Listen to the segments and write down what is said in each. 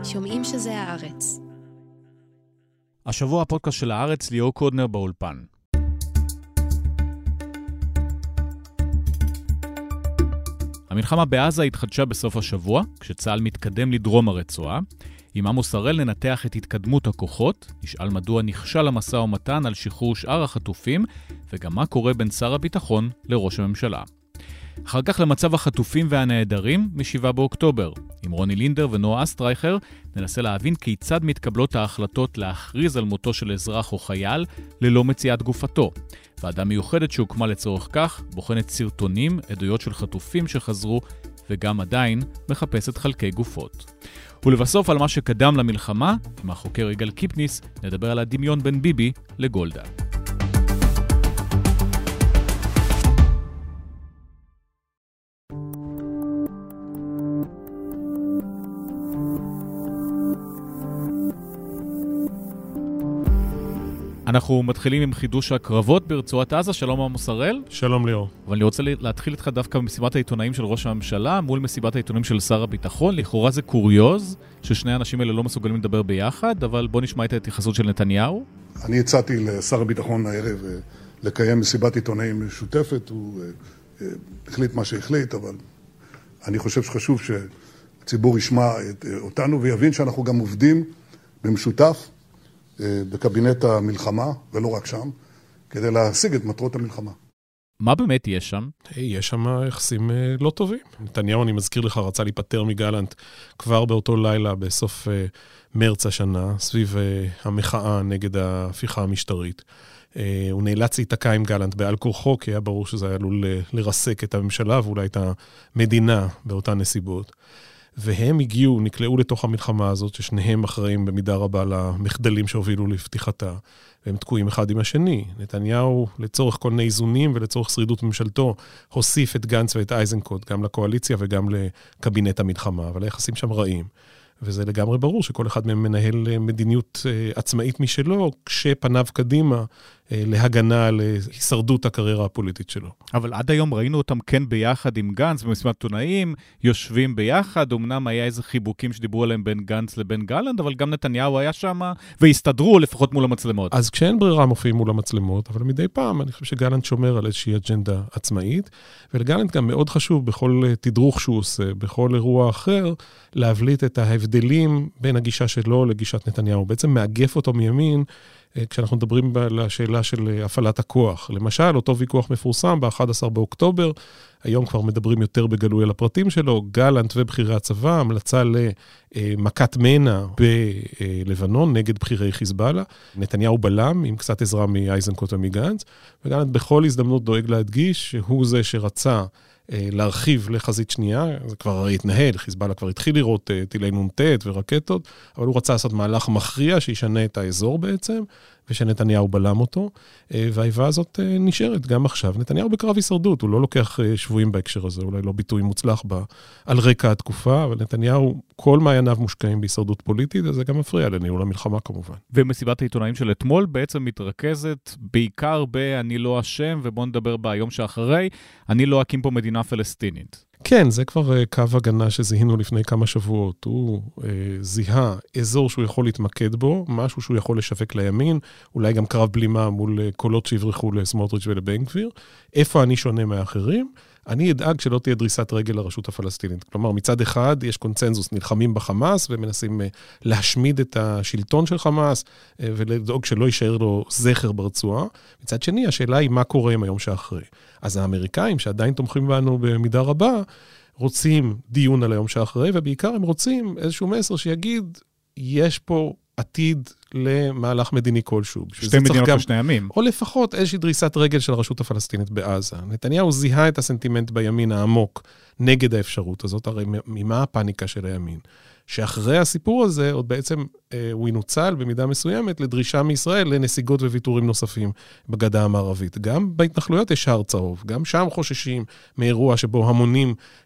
שומעים שזה הארץ. השבוע הפודקאסט של הארץ, ליאור קודנר באולפן. המלחמה בעזה התחדשה בסוף השבוע, כשצה"ל מתקדם לדרום הרצועה. עם עמוס הראל ננתח את התקדמות הכוחות, נשאל מדוע נכשל המשא ומתן על שחרור שאר החטופים, וגם מה קורה בין שר הביטחון לראש הממשלה. אחר כך למצב החטופים והנעדרים מ-7 באוקטובר. עם רוני לינדר ונועה אסטרייכר ננסה להבין כיצד מתקבלות ההחלטות להכריז על מותו של אזרח או חייל ללא מציאת גופתו. ועדה מיוחדת שהוקמה לצורך כך בוחנת סרטונים, עדויות של חטופים שחזרו וגם עדיין מחפשת חלקי גופות. ולבסוף על מה שקדם למלחמה, עם החוקר יגאל קיפניס, נדבר על הדמיון בין ביבי לגולדה. אנחנו מתחילים עם חידוש הקרבות ברצועת עזה. שלום עמוס הראל. שלום ליאור. אבל אני רוצה להתחיל איתך דווקא במסיבת העיתונאים של ראש הממשלה, מול מסיבת העיתונאים של שר הביטחון. לכאורה זה קוריוז, ששני האנשים האלה לא מסוגלים לדבר ביחד, אבל בוא נשמע את ההתייחסות של נתניהו. אני הצעתי לשר הביטחון הערב לקיים מסיבת עיתונאים משותפת, הוא החליט מה שהחליט, אבל אני חושב שחשוב שהציבור ישמע אותנו ויבין שאנחנו גם עובדים במשותף, בקבינט המלחמה, ולא רק שם, כדי להשיג את מטרות המלחמה. מה באמת יש שם? יש שם יחסים לא טובים. נתניהו, אני מזכיר לך, רצה להיפטר מגלנט כבר באותו לילה, בסוף מרץ השנה, סביב המחאה נגד ההפיכה המשטרית. הוא נאלץ להתקע עם גלנט בעל כורחו, כי היה ברור שזה היה עלול לרסק את הממשלה, ואולי את המדינה באותן נסיבות. והם נקלעו לתוך המלחמה הזאת, ששניהם אחראים במידה רבה למחדלים שהובילו לפתיחתה, והם תקועים אחד עם השני. נתניהו, לצורך כל מיני איזונים ולצורך שרידות ממשלתו, הוסיף את גנץ ואת אייזנקוט, גם לקואליציה וגם לקבינט המלחמה, אבל היחסים שם רעים. וזה לגמרי ברור שכל אחד מהם מנהל מדיניות עצמאית משלו, כשפניו קדימה להגנה על הישרדות הקריירה הפוליטית שלו. אבל עד היום ראינו אותם כן ביחד עם גנץ במסיבת עיתונאים, יושבים ביחד, אמנם היה איזה חיבוקים שדיברו עליהם בין גנץ לבין גלנט, אבל גם נתניהו היה שם והסתדרו לפחות מול המצלמות. אז כשאין ברירה מופיעים מול המצלמות, אבל מדי פעם אני חושב שגלנט שומר על איזושהי אג'נדה עצמאית, ולגלנט גם מאוד חשוב בכל תדרוך שהוא עושה, בכל אירוע אחר, להבליט את ההבדלים בין הגישה שלו לגישת נתניהו. בעצם מאגף אותו מימין, כשאנחנו מדברים על השאלה של הפעלת הכוח. למשל, אותו ויכוח מפורסם ב-11 באוקטובר, היום כבר מדברים יותר בגלוי על הפרטים שלו, גלנט ובחירי הצבא, המלצה למכת מנע בלבנון נגד בחירי חיזבאללה. נתניהו בלם עם קצת עזרה מאייזנקוט ומגנץ, וגלנט בכל הזדמנות דואג להדגיש שהוא זה שרצה להרחיב לחזית שנייה, זה כבר הרי התנהל, חיזבאללה כבר התחיל לראות טילי נ"ט ורקטות, אבל הוא רצה לעשות מהלך מכריע שישנה את האזור בעצם, ושנתניהו בלם אותו, והאיבה הזאת נשארת גם עכשיו. נתניהו בקרב הישרדות, הוא לא לוקח שבויים בהקשר הזה, אולי לא ביטוי מוצלח על רקע התקופה, אבל נתניהו, כל מעייניו מושקעים בהישרדות פוליטית, אז זה גם מפריע לניהול המלחמה כמובן. ומסיבת העיתונאים של אתמול בעצם מתרכזת בעיקר אני לא אשם, ובוא נדבר ביום שאחרי, אני לא אקים פה מדינה פלסטינית. כן, זה כבר קו הגנה שזיהינו לפני כמה שבועות. הוא זיהה אזור שהוא יכול להתמקד בו, משהו שהוא יכול לשווק לימין, אולי גם קרב בלימה מול קולות שיברחו לסמוטריץ' ולבן גביר. איפה אני שונה מהאחרים? אני אדאג שלא תהיה דריסת רגל לרשות הפלסטינית. כלומר, מצד אחד יש קונצנזוס, נלחמים בחמאס ומנסים להשמיד את השלטון של חמאס ולדאוג שלא יישאר לו זכר ברצועה. מצד שני, השאלה היא מה קורה עם היום שאחרי. אז האמריקאים שעדיין תומכים בנו במידה רבה, רוצים דיון על היום שאחרי, ובעיקר הם רוצים איזשהו מסר שיגיד, יש פה עתיד למהלך מדיני כלשהו. שתי מדינות לשני ימים. או לפחות איזושהי דריסת רגל של הרשות הפלסטינית בעזה. נתניהו זיהה את הסנטימנט בימין העמוק נגד האפשרות הזאת, הרי ממה הפאניקה של הימין? שאחרי הסיפור הזה, עוד בעצם הוא ינוצל במידה מסוימת לדרישה מישראל לנסיגות וויתורים נוספים בגדה המערבית. גם בהתנחלויות יש שער צהוב, גם שם חוששים מאירוע שבו המונים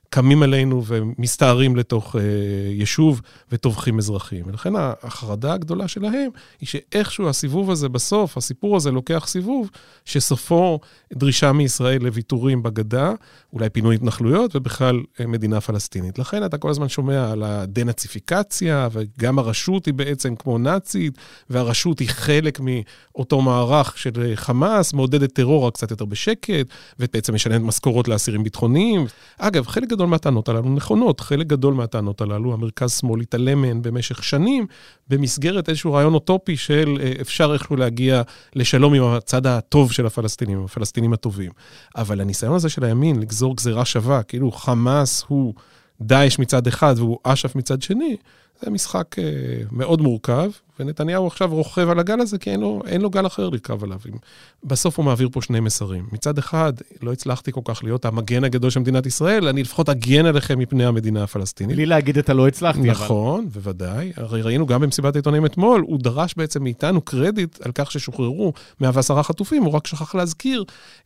קמים עלינו ומסתערים לתוך יישוב וטובחים אזרחים. ולכן החרדה הגדולה שלהם היא שאיכשהו הסיבוב הזה בסוף, הסיפור הזה לוקח סיבוב, שסופו דרישה מישראל לוויתורים בגדה, אולי פינוי התנחלויות ובכלל מדינה פלסטינית. לכן אתה כל הזמן שומע על הדנאציפיקציה, וגם הרשות היא בעצם כמו נאצית, והרשות היא חלק מאותו מערך של חמאס, מעודדת טרור רק קצת יותר בשקט, ובעצם משלמת משכורות לאסירים ביטחוניים. אגב, חלק גדול מהטענות הללו נכונות, חלק גדול מהטענות הללו, המרכז שמאל התעלם מהן במשך שנים, במסגרת איזשהו רעיון אוטופי של אפשר איכשהו להגיע לשלום עם הצד הטוב של הפלסטינים, הפלסטינים הטובים. אבל הניסיון הזה של הימין לגזור גזירה שווה, כאילו חמאס הוא דאעש מצד אחד והוא אש"ף מצד שני, זה משחק מאוד מורכב, ונתניהו עכשיו רוכב על הגל הזה, כי אין לו גל אחר לרכב עליו. בסוף הוא מעביר פה שני מסרים. מצד אחד, לא הצלחתי כל כך להיות המגן הגדול של מדינת ישראל, אני לפחות אגן עליכם מפני המדינה הפלסטינית. בלי להגיד את הלא הצלחתי. נכון, בוודאי. הרי ראינו גם במסיבת העיתונאים אתמול, הוא דרש בעצם מאיתנו קרדיט על כך ששוחררו 110 חטופים, הוא רק שכח להזכיר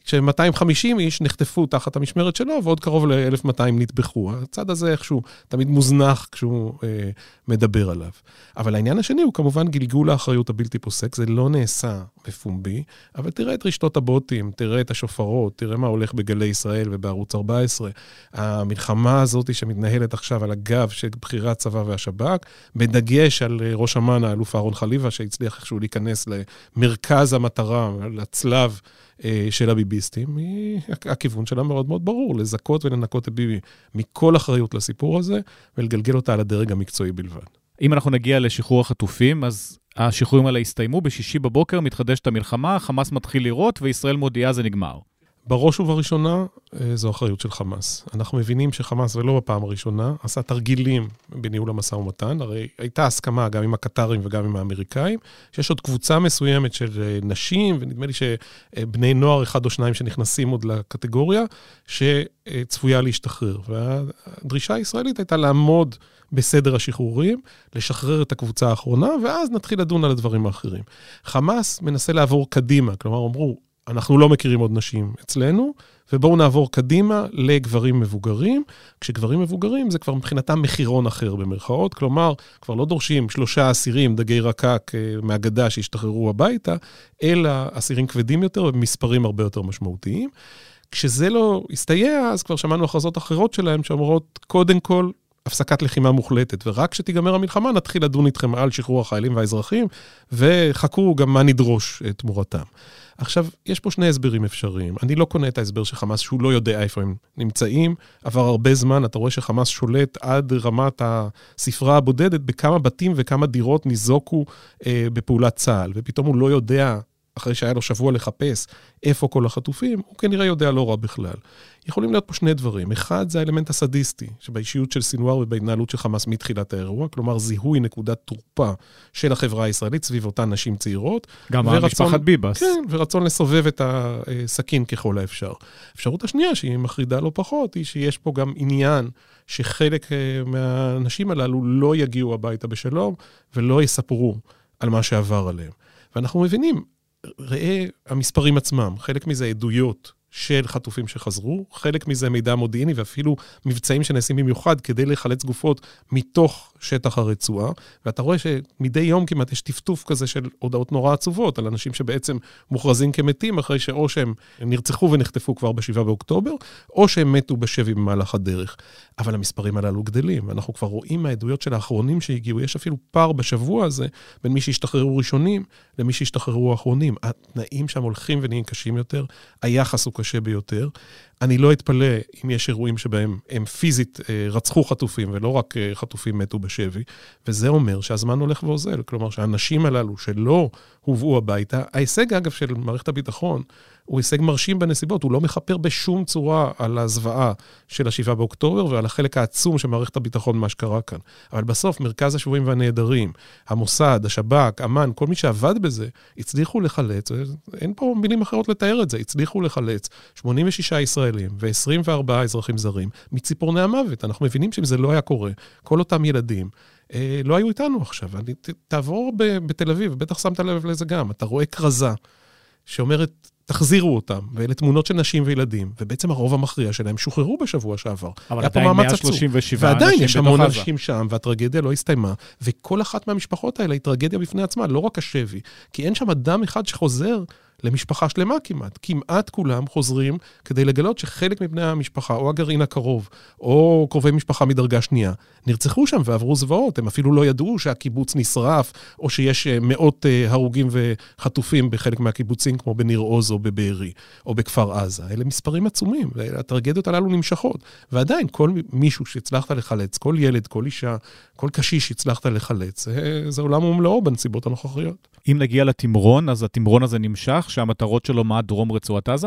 ש-250 איש נחטפו תחת המשמרת שלו, ועוד קרוב ל-1200 נטבחו. הצד הזה איכשהו תמיד מוזנח כשהוא מדבר עליו. אבל העניין השני הוא כמובן גלגול האחריות הבלתי פוסק, זה לא נעשה בפומבי, אבל תראה את רשתות הבוטים, תראה את השופרות, תראה מה הולך בגלי ישראל ובערוץ 14. המלחמה הזאת שמתנהלת עכשיו על הגב של בחירי הצבא והשב"כ, בדגש על ראש אמ"ן, האלוף אהרון חליבה, שהצליח איכשהו להיכנס למרכז המטרה, לצלב של הביביסטים, הכיוון שלה מאוד מאוד ברור, לזכות ולנקות את ביבי מכל אחריות לסיפור הזה, ולגלגל אותה על הדרג המקצועי בלבד. אם אנחנו נגיע לשחרור החטופים, אז השחרורים האלה הסתיימו, בשישי בבוקר מתחדשת המלחמה, חמאס מתחיל לירות, וישראל מודיעה זה נגמר. בראש ובראשונה, זו אחריות של חמאס. אנחנו מבינים שחמאס, ולא בפעם הראשונה, עשה תרגילים בניהול המשא ומתן, הרי הייתה הסכמה גם עם הקטרים וגם עם האמריקאים, שיש עוד קבוצה מסוימת של נשים, ונדמה לי שבני נוער אחד או שניים שנכנסים עוד לקטגוריה, שצפויה להשתחרר. והדרישה הישראלית הייתה לעמוד בסדר השחרורים, לשחרר את הקבוצה האחרונה, ואז נתחיל לדון על הדברים האחרים. חמאס מנסה לעבור קדימה, כלומר, אמרו, אנחנו לא מכירים עוד נשים אצלנו, ובואו נעבור קדימה לגברים מבוגרים. כשגברים מבוגרים זה כבר מבחינתם מחירון אחר במרכאות, כלומר, כבר לא דורשים 3 אסירים, דגי רקק מהגדה שהשתחררו הביתה, אלא אסירים כבדים יותר ובמספרים הרבה יותר משמעותיים. כשזה לא הסתייע, אז כבר שמענו הכרזות אחרות שלהם שאומרות, קודם כל, הפסקת לחימה מוחלטת, ורק כשתיגמר המלחמה נתחיל לדון איתכם על שחרור החיילים והאזרחים, וחכו גם מה נדרוש תמורתם. עכשיו, יש פה שני הסברים אפשריים. אני לא קונה את ההסבר של חמאס שהוא לא יודע איפה הם נמצאים, עבר הרבה זמן, אתה רואה שחמאס שולט עד רמת הספרה הבודדת, בכמה בתים וכמה דירות ניזוקו בפעולת צה"ל, ופתאום הוא לא יודע, אחרי שהיה לו שבוע לחפש איפה כל החטופים, הוא כנראה יודע לא רע בכלל. יכולים להיות פה שני דברים. אחד זה האלמנט הסדיסטי, שבאישיות של סינואר ובהתנהלות של חמאס מתחילת האירוע, כלומר זיהוי נקודת תורפה של החברה הישראלית סביב אותן נשים צעירות. גם המשפחת ביבס. כן, ורצון לסובב את הסכין ככל האפשר. האפשרות השנייה, שהיא מחרידה לא פחות, היא שיש פה גם עניין שחלק מהאנשים הללו לא יגיעו הביתה בשלום, ולא יספרו על מה שעבר עליהם. ואנחנו מבינים, ראה המספרים עצמם, חלק מזה עדויות של חטופים שחזרו, חלק מזה מידע מודיעיני ואפילו מבצעים שנעשים במיוחד כדי לחלץ גופות מתוך שטח הרצועה, ואתה רואה שמדי יום כמעט יש טפטוף כזה של הודעות נורא עצובות על אנשים שבעצם מוכרזים כמתים אחרי שאו שהם נרצחו ונחטפו כבר ב7 באוקטובר, או שהם מתו בשבי במהלך הדרך. אבל המספרים הללו גדלים, ואנחנו כבר רואים מהעדויות של האחרונים שהגיעו, יש אפילו פער בשבוע הזה בין מי שהשתחררו ראשונים למי שהשתחררו האחרונים. התנאים שם הולכים ונהיים קשים יותר, היחס הוא קשה ביותר. אני לא אתפלא אם יש אירועים שבהם הם פיזית רצחו חטופים, ולא רק חטופים מתו בשבי, וזה אומר שהזמן הולך ועוזל. כלומר, שהאנשים הללו שלא הובאו הביתה, ההישג אגב של מערכת הביטחון, הוא הישג מרשים בנסיבות, הוא לא מחפר בשום צורה על הזוועה של 7 באוקטובר, ועל החלק העצום של מערכת הביטחון מה שקרה כאן. אבל בסוף, מרכז השבויים והנעדרים, המוסד, השב"כ, אמ"ן, כל מי שעבד בזה, הצליחו לחלץ, אין פה מילים אחרות לתאר את זה, הצליחו לחלץ 86 ישראלים ו24 אזרחים זרים מציפורני המוות. אנחנו מבינים שאם זה לא היה קורה, כל אותם ילדים לא היו איתנו עכשיו. תעבור בתל אביב, בטח שמת לב לזה גם, אתה רואה כרזה שאומרת, תחזירו אותם, ואלה תמונות של נשים וילדים, ובעצם הרוב המכריע שלהם שוחררו בשבוע שעבר. אבל עדיין 137 ועדיין יש המון עזה. אנשים שם, והטרגדיה לא הסתיימה, וכל אחת מהמשפחות האלה היא טרגדיה בפני עצמה, לא רק השבי, כי אין שם אדם אחד שחוזר למשפחה שלמה כמעט. כמעט כולם חוזרים כדי לגלות שחלק מבני המשפחה, או הגרעין הקרוב, או קרובי משפחה מדרגה שנייה, נרצחו שם ועברו זוועות. הם אפילו לא ידעו שהקיבוץ נשרף, או שיש מאות הרוגים וחטופים בחלק מהקיבוצים, כמו בניר עוז או בבארי, או בכפר עזה. אלה מספרים עצומים, והטרגדיות הללו נמשכות. ועדיין, כל מישהו שהצלחת לחלץ, כל ילד, כל אישה, כל קשיש שהצלחת לחלץ, זה עולם ומלואו בנסיבות הנוכחיות. אם נגיע לתמרון, אז התמרון הזה נמשך, שהמטרות שלו מה דרום רצועת עזה?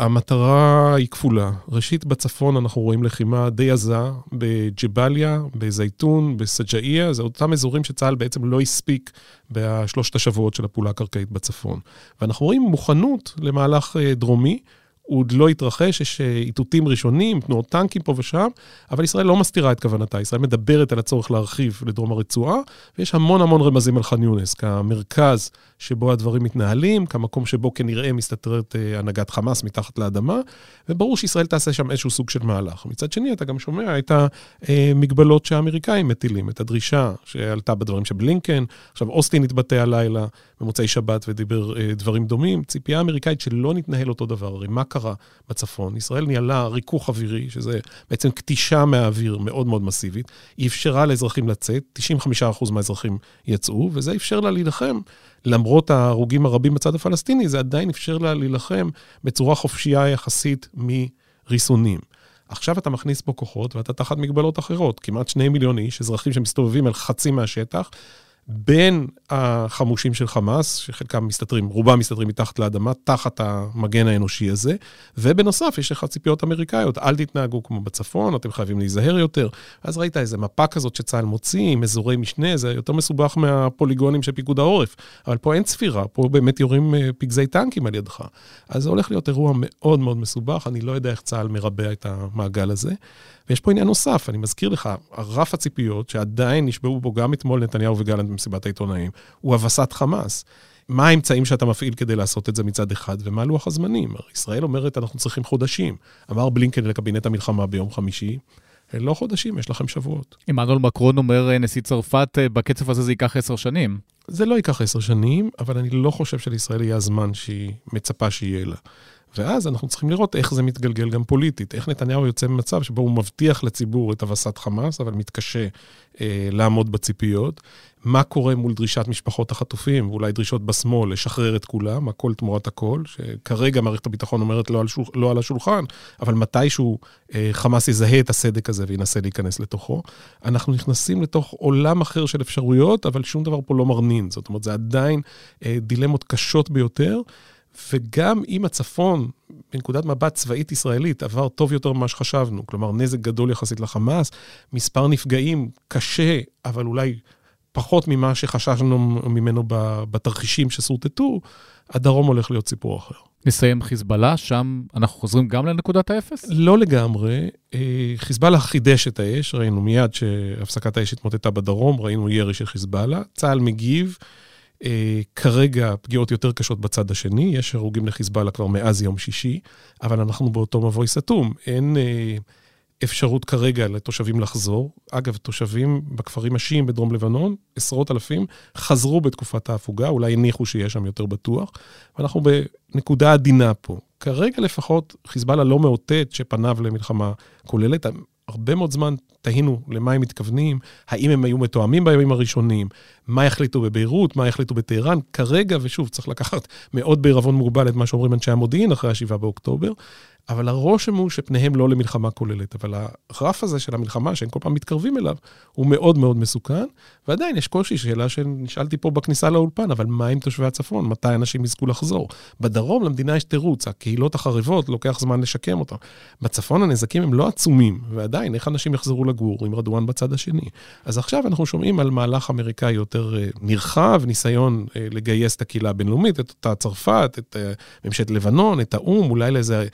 המטרה היא כפולה. ראשית, בצפון אנחנו רואים לחימה די עזה, בג'בליה, בזייתון, בסג'איה, זה אותם אזורים שצה"ל בעצם לא הספיק בשלושת השבועות של הפעולה הקרקעית בצפון. ואנחנו רואים מוכנות למהלך דרומי, הוא עוד לא התרחש, יש איתותים ראשונים, תנועות טנקים פה ושם, אבל ישראל לא מסתירה את כוונתה, ישראל מדברת על הצורך להרחיב לדרום הרצועה, ויש המון המון רמזים על ח'אן יונס, כמרכז שבו הדברים מתנהלים, כמקום שבו כנראה מסתתרת הנהגת חמאס מתחת לאדמה, וברור שישראל תעשה שם איזשהו סוג של מהלך. מצד שני, אתה גם שומע את המגבלות שהאמריקאים מטילים, את הדרישה שעלתה בדברים שבלינקן, עכשיו אוסטין התבטא הלילה במוצאי שבת ודיבר דברים דומים, ציפייה אמריקאית שלא נתנהל אותו דבר, הרי מה קרה בצפון? ישראל ניהלה ריכוך אווירי, שזה בעצם כתישה מהאוויר מאוד מאוד מסיבית, היא אפשרה לאזרחים לצאת, 95% מהאזרחים יצאו, וזה אפשר לה להילחם, למרות ההרוגים הרבים בצד הפלסטיני, זה עדיין אפשר לה להילחם בצורה חופשייה יחסית מריסונים. עכשיו אתה מכניס פה כוחות, ואתה תחת מגבלות אחרות, כמעט 2 מיליון איש, אזרחים שמסתובבים על חצי מהשטח, בין החמושים של חמאס, שחלקם מסתתרים, רובם מסתתרים מתחת לאדמה, תחת המגן האנושי הזה, ובנוסף יש לך ציפיות אמריקאיות, אל תתנהגו כמו בצפון, אתם חייבים להיזהר יותר. אז ראית איזה מפה כזאת שצה"ל מוציא, עם אזורי משנה, זה יותר מסובך מהפוליגונים של פיקוד העורף, אבל פה אין ספירה, פה באמת יורים פגזי טנקים על ידך. אז זה הולך להיות אירוע מאוד מאוד מסובך, אני לא יודע איך צה"ל מרבע את המעגל הזה, ויש פה עניין נוסף, אני מזכיר לך, הרף הציפיות שעדיין נשבעו בו גם אתמול נתניהו וגלנט במסיבת העיתונאים, הוא הבסת חמאס. מה האמצעים שאתה מפעיל כדי לעשות את זה מצד אחד, ומה לוח הזמנים? ישראל אומרת, אנחנו צריכים חודשים. אמר בלינקן לקבינט המלחמה ביום חמישי, לא חודשים, יש לכם שבועות. עמנואל מקרון אומר, נשיא צרפת, בקצב הזה זה ייקח 10 שנים. זה לא ייקח 10 שנים, אבל אני לא חושב שלישראל יהיה הזמן שהיא מצפה שיהיה לה. ואז אנחנו צריכים לראות איך זה מתגלגל גם פוליטית, איך נתניהו יוצא ממצב שבו הוא מבטיח לציבור את הבסת חמאס, אבל מתקשה לעמוד בציפיות, מה קורה מול דרישת משפחות החטופים, ואולי דרישות בשמאל לשחרר את כולם, הכל תמורת הכל, שכרגע מערכת הביטחון אומרת לא על השולחן, אבל מתישהו חמאס יזהה את הסדק הזה וינסה להיכנס לתוכו, אנחנו נכנסים לתוך עולם אחר של אפשרויות, אבל שום דבר פה לא מרנין, זאת אומרת, זה עדיין דילמות קשות ביותר, וגם אם הצפון, בנקודת מבט צבאית ישראלית, עבר טוב יותר ממה שחשבנו, כלומר נזק גדול יחסית לחמאס, מספר נפגעים קשה, אבל אולי פחות ממה שחששנו ממנו בתרחישים שסורטטו, הדרום הולך להיות סיפור אחר. נסיים חיזבאללה, שם אנחנו חוזרים גם לנקודת האפס? לא לגמרי. חיזבאללה חידש את האש, ראינו מיד שהפסקת האש התמוטטה בדרום, ראינו ירי של חיזבאללה, צה"ל מגיב, כרגע פגיעות יותר קשות בצד השני, יש הרוגים לחיזבאללה כבר מאז יום שישי, אבל אנחנו באותו מבוי סתום, אין אפשרות כרגע לתושבים לחזור. אגב, תושבים בכפרים השיעים בדרום לבנון, 10,000, חזרו בתקופת ההפוגה, אולי הניחו שיש שם יותר בטוח, ואנחנו בנקודה עדינה פה. כרגע לפחות חיזבאללה לא מאותת שפניו למלחמה כוללת, הרבה מאוד זמן תהינו למה הם מתכוונים, האם הם היו מתואמים בימים הראשונים, מה יחליטו בביירות, מה יחליטו בטהרן, כרגע, ושוב, צריך לקחת מאוד בערבון מוגבל את מה שאומרים אנשי המודיעין אחרי 7 באוקטובר, אבל הרושם הוא שפניהם לא למלחמה כוללת, אבל הרף הזה של המלחמה, שהם כל פעם מתקרבים אליו, הוא מאוד מאוד מסוכן, ועדיין יש קושי, שאלה שנשאלתי פה בכניסה לאולפן, אבל מה עם תושבי הצפון? מתי אנשים יזכו לחזור? בדרום למדינה יש תירוץ, הקהילות החריבות, לוקח זמן לשקם אותם. בצפון הנזקים הם לא עצומים, ועדיין איך אנשים יחזרו לגור עם רדואן בצד השני. אז עכשיו אנחנו שומעים על מהלך אמריקאי יותר נרחב, ניסיון לגייס את הקהילה הבינלאומית, את אותה צרפת, את ממשלת לבנון, את האום, אולי לאיזה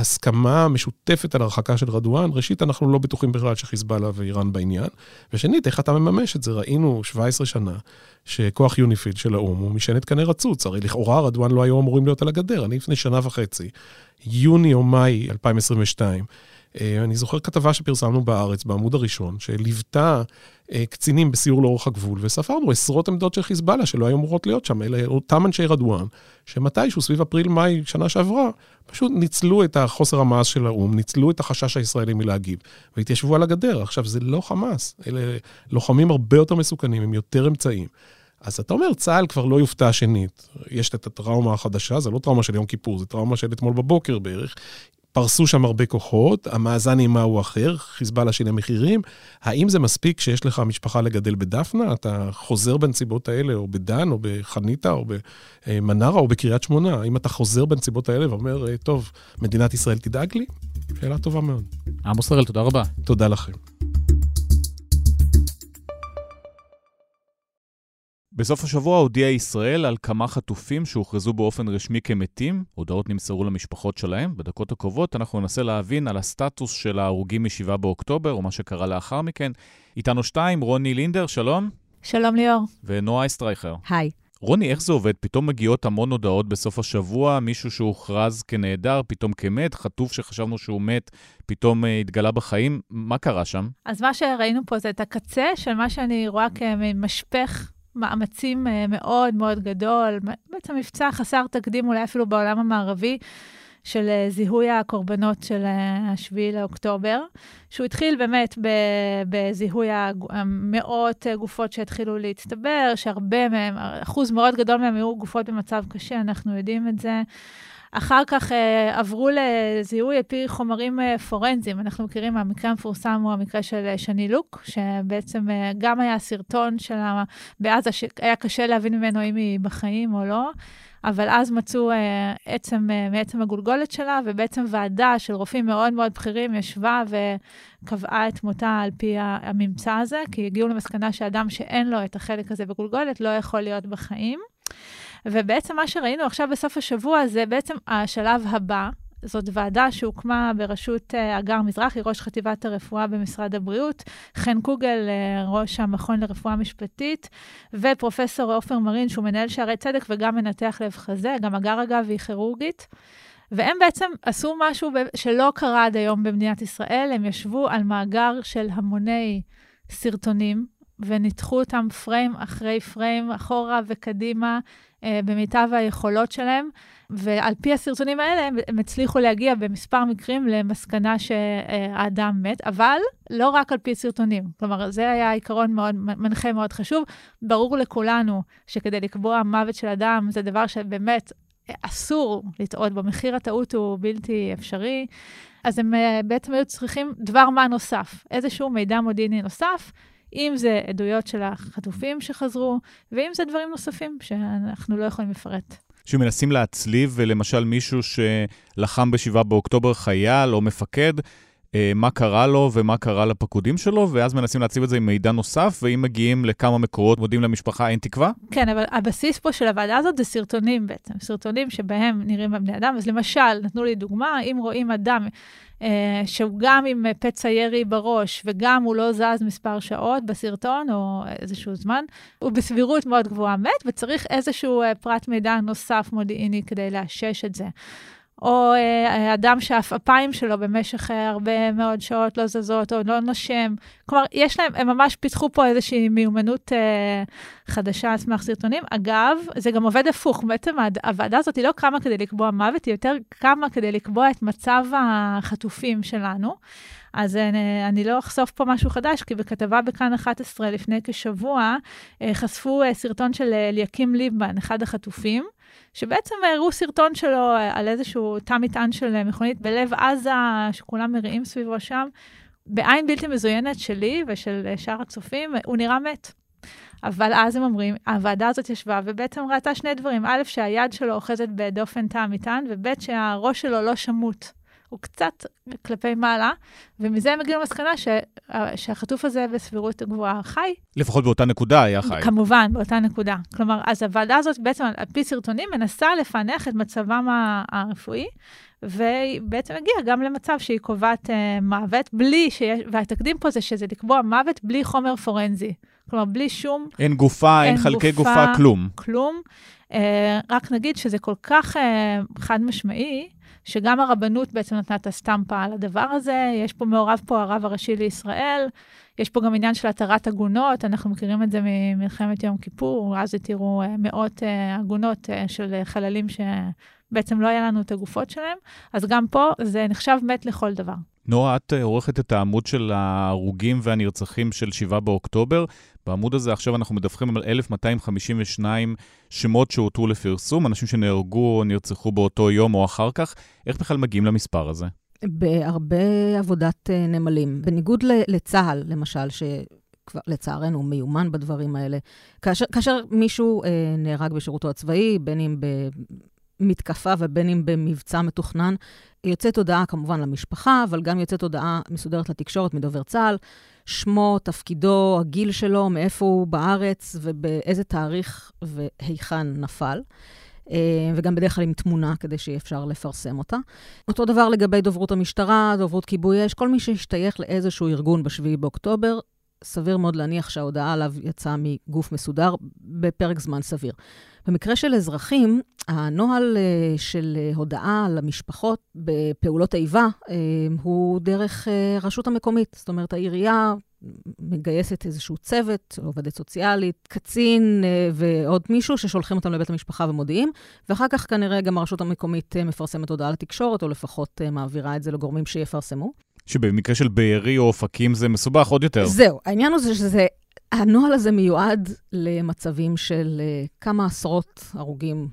הסכמה משותפת על הרחקה של רדואן. ראשית, אנחנו לא בטוחים בכלל שחיזבאללה ואיראן בעניין. ושנית, איך אתה מממש את זה? ראינו 17 שנה שכוח יוניפיל של האום הוא משענת כנראה רצוץ. הרי לכאורה רדואן לא היו אמורים להיות על הגדר. אני לפני שנה וחצי, יוני או מאי 2022, אני זוכר כתבה שפרסמנו בארץ, בעמוד הראשון, שליוותה קצינים בסיור לאורך הגבול, וספרנו עשרות עמדות של חיזבאללה שלא היו אמורות להיות שם, אלה אותם אנשי רדואן, שמתישהו סביב אפריל-מאי שנה שעברה, פשוט ניצלו את החוסר המעש של האום, ניצלו את החשש הישראלי מלהגיב, והתיישבו על הגדר. עכשיו, זה לא חמאס, אלה לוחמים הרבה יותר מסוכנים, עם יותר אמצעים. אז אתה אומר, צה"ל כבר לא יופתע שנית. יש את הטראומה החדשה, זה לא טראומה של יום כיפור, זה טראומה של אתמול בבוקר בערך. פרסו שם הרבה כוחות, המאזן עם מה הוא אחר, חיזבאללה שילם מחירים. האם זה מספיק שיש לך משפחה לגדל בדפנה? אתה חוזר בנסיבות האלה, או בדן, או בחניתה, או במנרה, או בקריית שמונה? האם אתה חוזר בנסיבות האלה ואומר, טוב, מדינת ישראל תדאג לי? שאלה טובה מאוד. עמוס הראל, תודה רבה. תודה לכם. בסוף השבוע הודיעה ישראל על כמה חטופים שהוכרזו באופן רשמי כמתים. הודעות נמסרו למשפחות שלהם. בדקות הקרובות אנחנו ננסה להבין על הסטטוס של ההרוגים מ7 באוקטובר, או מה שקרה לאחר מכן. איתנו 2, רוני לינדר, שלום. שלום ליאור. ונועה אסטרייכר. היי. רוני, איך זה עובד? פתאום מגיעות המון הודעות בסוף השבוע, מישהו שהוכרז כנהדר, פתאום כמת, חטוף שחשבנו שהוא מת, פתאום התגלה בחיים. מה קרה שם? אז מה שראינו פה זה את הקצה של מה שאני רואה כמשפך מאמצים מאוד מאוד גדול, בעצם מבצע חסר תקדים אולי אפילו בעולם המערבי, של זיהוי הקורבנות של 7 לאוקטובר, שהוא התחיל באמת בזיהוי מאות גופות שהתחילו להצטבר, שהרבה מהם, אחוז מאוד גדול מהם היו גופות במצב קשה, אנחנו יודעים את זה. אחר כך עברו לזיהוי על פי חומרים פורנזיים. אנחנו מכירים, המקרה המפורסם הוא המקרה של שני לוק, שבעצם גם היה סרטון שלה בעזה, שהיה קשה להבין ממנו אם היא בחיים או לא, אבל אז מצאו מעצם הגולגולת שלה, ובעצם ועדה של רופאים מאוד מאוד בכירים ישבה וקבעה את מותה על פי הממצא הזה, כי הגיעו למסקנה שאדם שאין לו את החלק הזה בגולגולת לא יכול להיות בחיים. ובעצם מה שראינו עכשיו בסוף השבוע זה בעצם השלב הבא. זאת ועדה שהוקמה בראשות אגר מזרחי, ראש חטיבת הרפואה במשרד הבריאות, חן קוגל, ראש המכון לרפואה משפטית, ופרופסור עופר מרין, שהוא מנהל שערי צדק וגם מנתח לב חזה, גם אגר אגב היא כירורגית. והם בעצם עשו משהו שלא קרה עד היום במדינת ישראל, הם ישבו על מאגר של המוני סרטונים, וניתחו אותם פריים אחרי פריים, אחורה וקדימה, במיטב היכולות שלהם, ועל פי הסרטונים האלה, הם הצליחו להגיע במספר מקרים למסקנה שהאדם מת, אבל לא רק על פי סרטונים. כלומר, זה היה עיקרון מאוד, מנחה מאוד חשוב. ברור לכולנו שכדי לקבוע מוות של אדם, זה דבר שבאמת אסור לטעות בו. מחיר הטעות הוא בלתי אפשרי. אז הם בעצם היו צריכים דבר מה נוסף, איזשהו מידע מודיעיני נוסף, אם זה עדויות של החטופים שחזרו, ואם זה דברים נוספים שאנחנו לא יכולים לפרט. שמנסים להצליב, ולמשל מישהו שלחם ב7 באוקטובר חייל או מפקד, מה קרה לו ומה קרה לפקודים שלו, ואז מנסים להציב את זה עם מידע נוסף, ואם מגיעים לכמה מקורות, מודיעים למשפחה, אין תקווה? כן, אבל הבסיס פה של הוועדה הזאת זה סרטונים בעצם, סרטונים שבהם נראים בבני אדם, אז למשל, נתנו לי דוגמה, אם רואים אדם שהוא גם עם פצע ירי בראש, וגם הוא לא זז מספר שעות בסרטון, או איזשהו זמן, הוא בסבירות מאוד גבוהה מת, וצריך איזשהו פרט מידע נוסף מודיעיני כדי לאשש את זה. או אדם שהאפיים שלו במשך הרבה מאוד שעות לא זזות, או לא נושם. כלומר, יש להם, הם ממש פיתחו פה איזושהי מיומנות חדשה על סמך סרטונים. אגב, זה גם עובד הפוך. בעצם הוועדה הזאת היא לא קמה כדי לקבוע מוות, היא יותר קמה כדי לקבוע את מצב החטופים שלנו. אז אני לא אחשוף פה משהו חדש, כי בכתבה בכאן 11 לפני כשבוע, חשפו סרטון של אליקים ליבמן, אחד החטופים, שבעצם הראו סרטון שלו על איזשהו תא מטען של מכונית בלב עזה, שכולם מריעים סביבו שם. בעין בלתי מזוינת שלי ושל שאר הצופים, הוא נראה מת. אבל אז הם אומרים, הוועדה הזאת ישבה, ובעצם ראתה שני דברים. א', שהיד שלו אוחזת בדופן תא מטען, וב', שהראש שלו לא שמות. הוא קצת כלפי מעלה, ומזה הם הגיעו למסקנה שהחטוף הזה בסבירות גבוהה חי. לפחות באותה נקודה היה חי. כמובן, באותה נקודה. כלומר, אז הוועדה הזאת בעצם על פי סרטונים מנסה לפענח את מצבם הרפואי, ובעצם הגיע גם למצב שהיא קובעת מוות, והתקדים פה זה שזה לקבוע מוות בלי חומר פורנזי. כלומר, בלי שום... אין גופה, אין חלקי גופה, כלום. כלום. רק נגיד שזה כל כך חד משמעי, שגם הרבנות בעצם נתנה את הסטמפה על הדבר הזה, יש פה מעורב פה הרב הראשי לישראל, יש פה גם עניין של התרת עגונות, אנחנו מכירים את זה ממלחמת יום כיפור, אז תראו מאות עגונות של חללים שבעצם לא היה לנו את הגופות שלהם, אז גם פה זה נחשב מת לכל דבר. נועה, את עורכת את העמוד של ההרוגים והנרצחים של 7 באוקטובר. בעמוד הזה עכשיו אנחנו מדווחים על 1,252 שמות שהותרו לפרסום, אנשים שנהרגו או נרצחו באותו יום או אחר כך. איך בכלל מגיעים למספר הזה? בהרבה עבודת נמלים. בניגוד לצהל, למשל, שכבר לצערנו מיומן בדברים האלה, כאשר מישהו נהרג בשירותו הצבאי, בין אם במתקפה ובין אם במבצע מתוכנן, יוצאת הודעה כמובן למשפחה, אבל גם יוצאת הודעה מסודרת לתקשורת מדובר צה"ל, שמו, תפקידו, הגיל שלו, מאיפה הוא בארץ ובאיזה תאריך והיכן נפל. וגם בדרך כלל עם תמונה כדי שיהיה אפשר לפרסם אותה. אותו דבר לגבי דוברות המשטרה, דוברות כיבוי אש, כל מי שהשתייך לאיזשהו ארגון ב7 באוקטובר, סביר מאוד להניח שההודעה עליו יצאה מגוף מסודר בפרק זמן סביר. במקרה של אזרחים, הנוהל של הודעה למשפחות בפעולות איבה הוא דרך רשות המקומית. זאת אומרת, העירייה מגייסת איזשהו צוות, עובדת סוציאלית, קצין ועוד מישהו ששולחים אותם לבית המשפחה ומודיעים, ואחר כך כנראה גם הרשות המקומית מפרסמת הודעה לתקשורת, או לפחות מעבירה את זה לגורמים שיפרסמו. שבמקרה של בארי או אופקים זה מסובך עוד יותר. זהו, העניין הוא שזה... הנוהל הזה מיועד למצבים של כמה עשרות הרוגים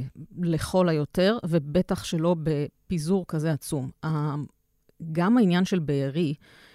לכל היותר, ובטח שלא בפיזור כזה עצום. גם העניין של בארי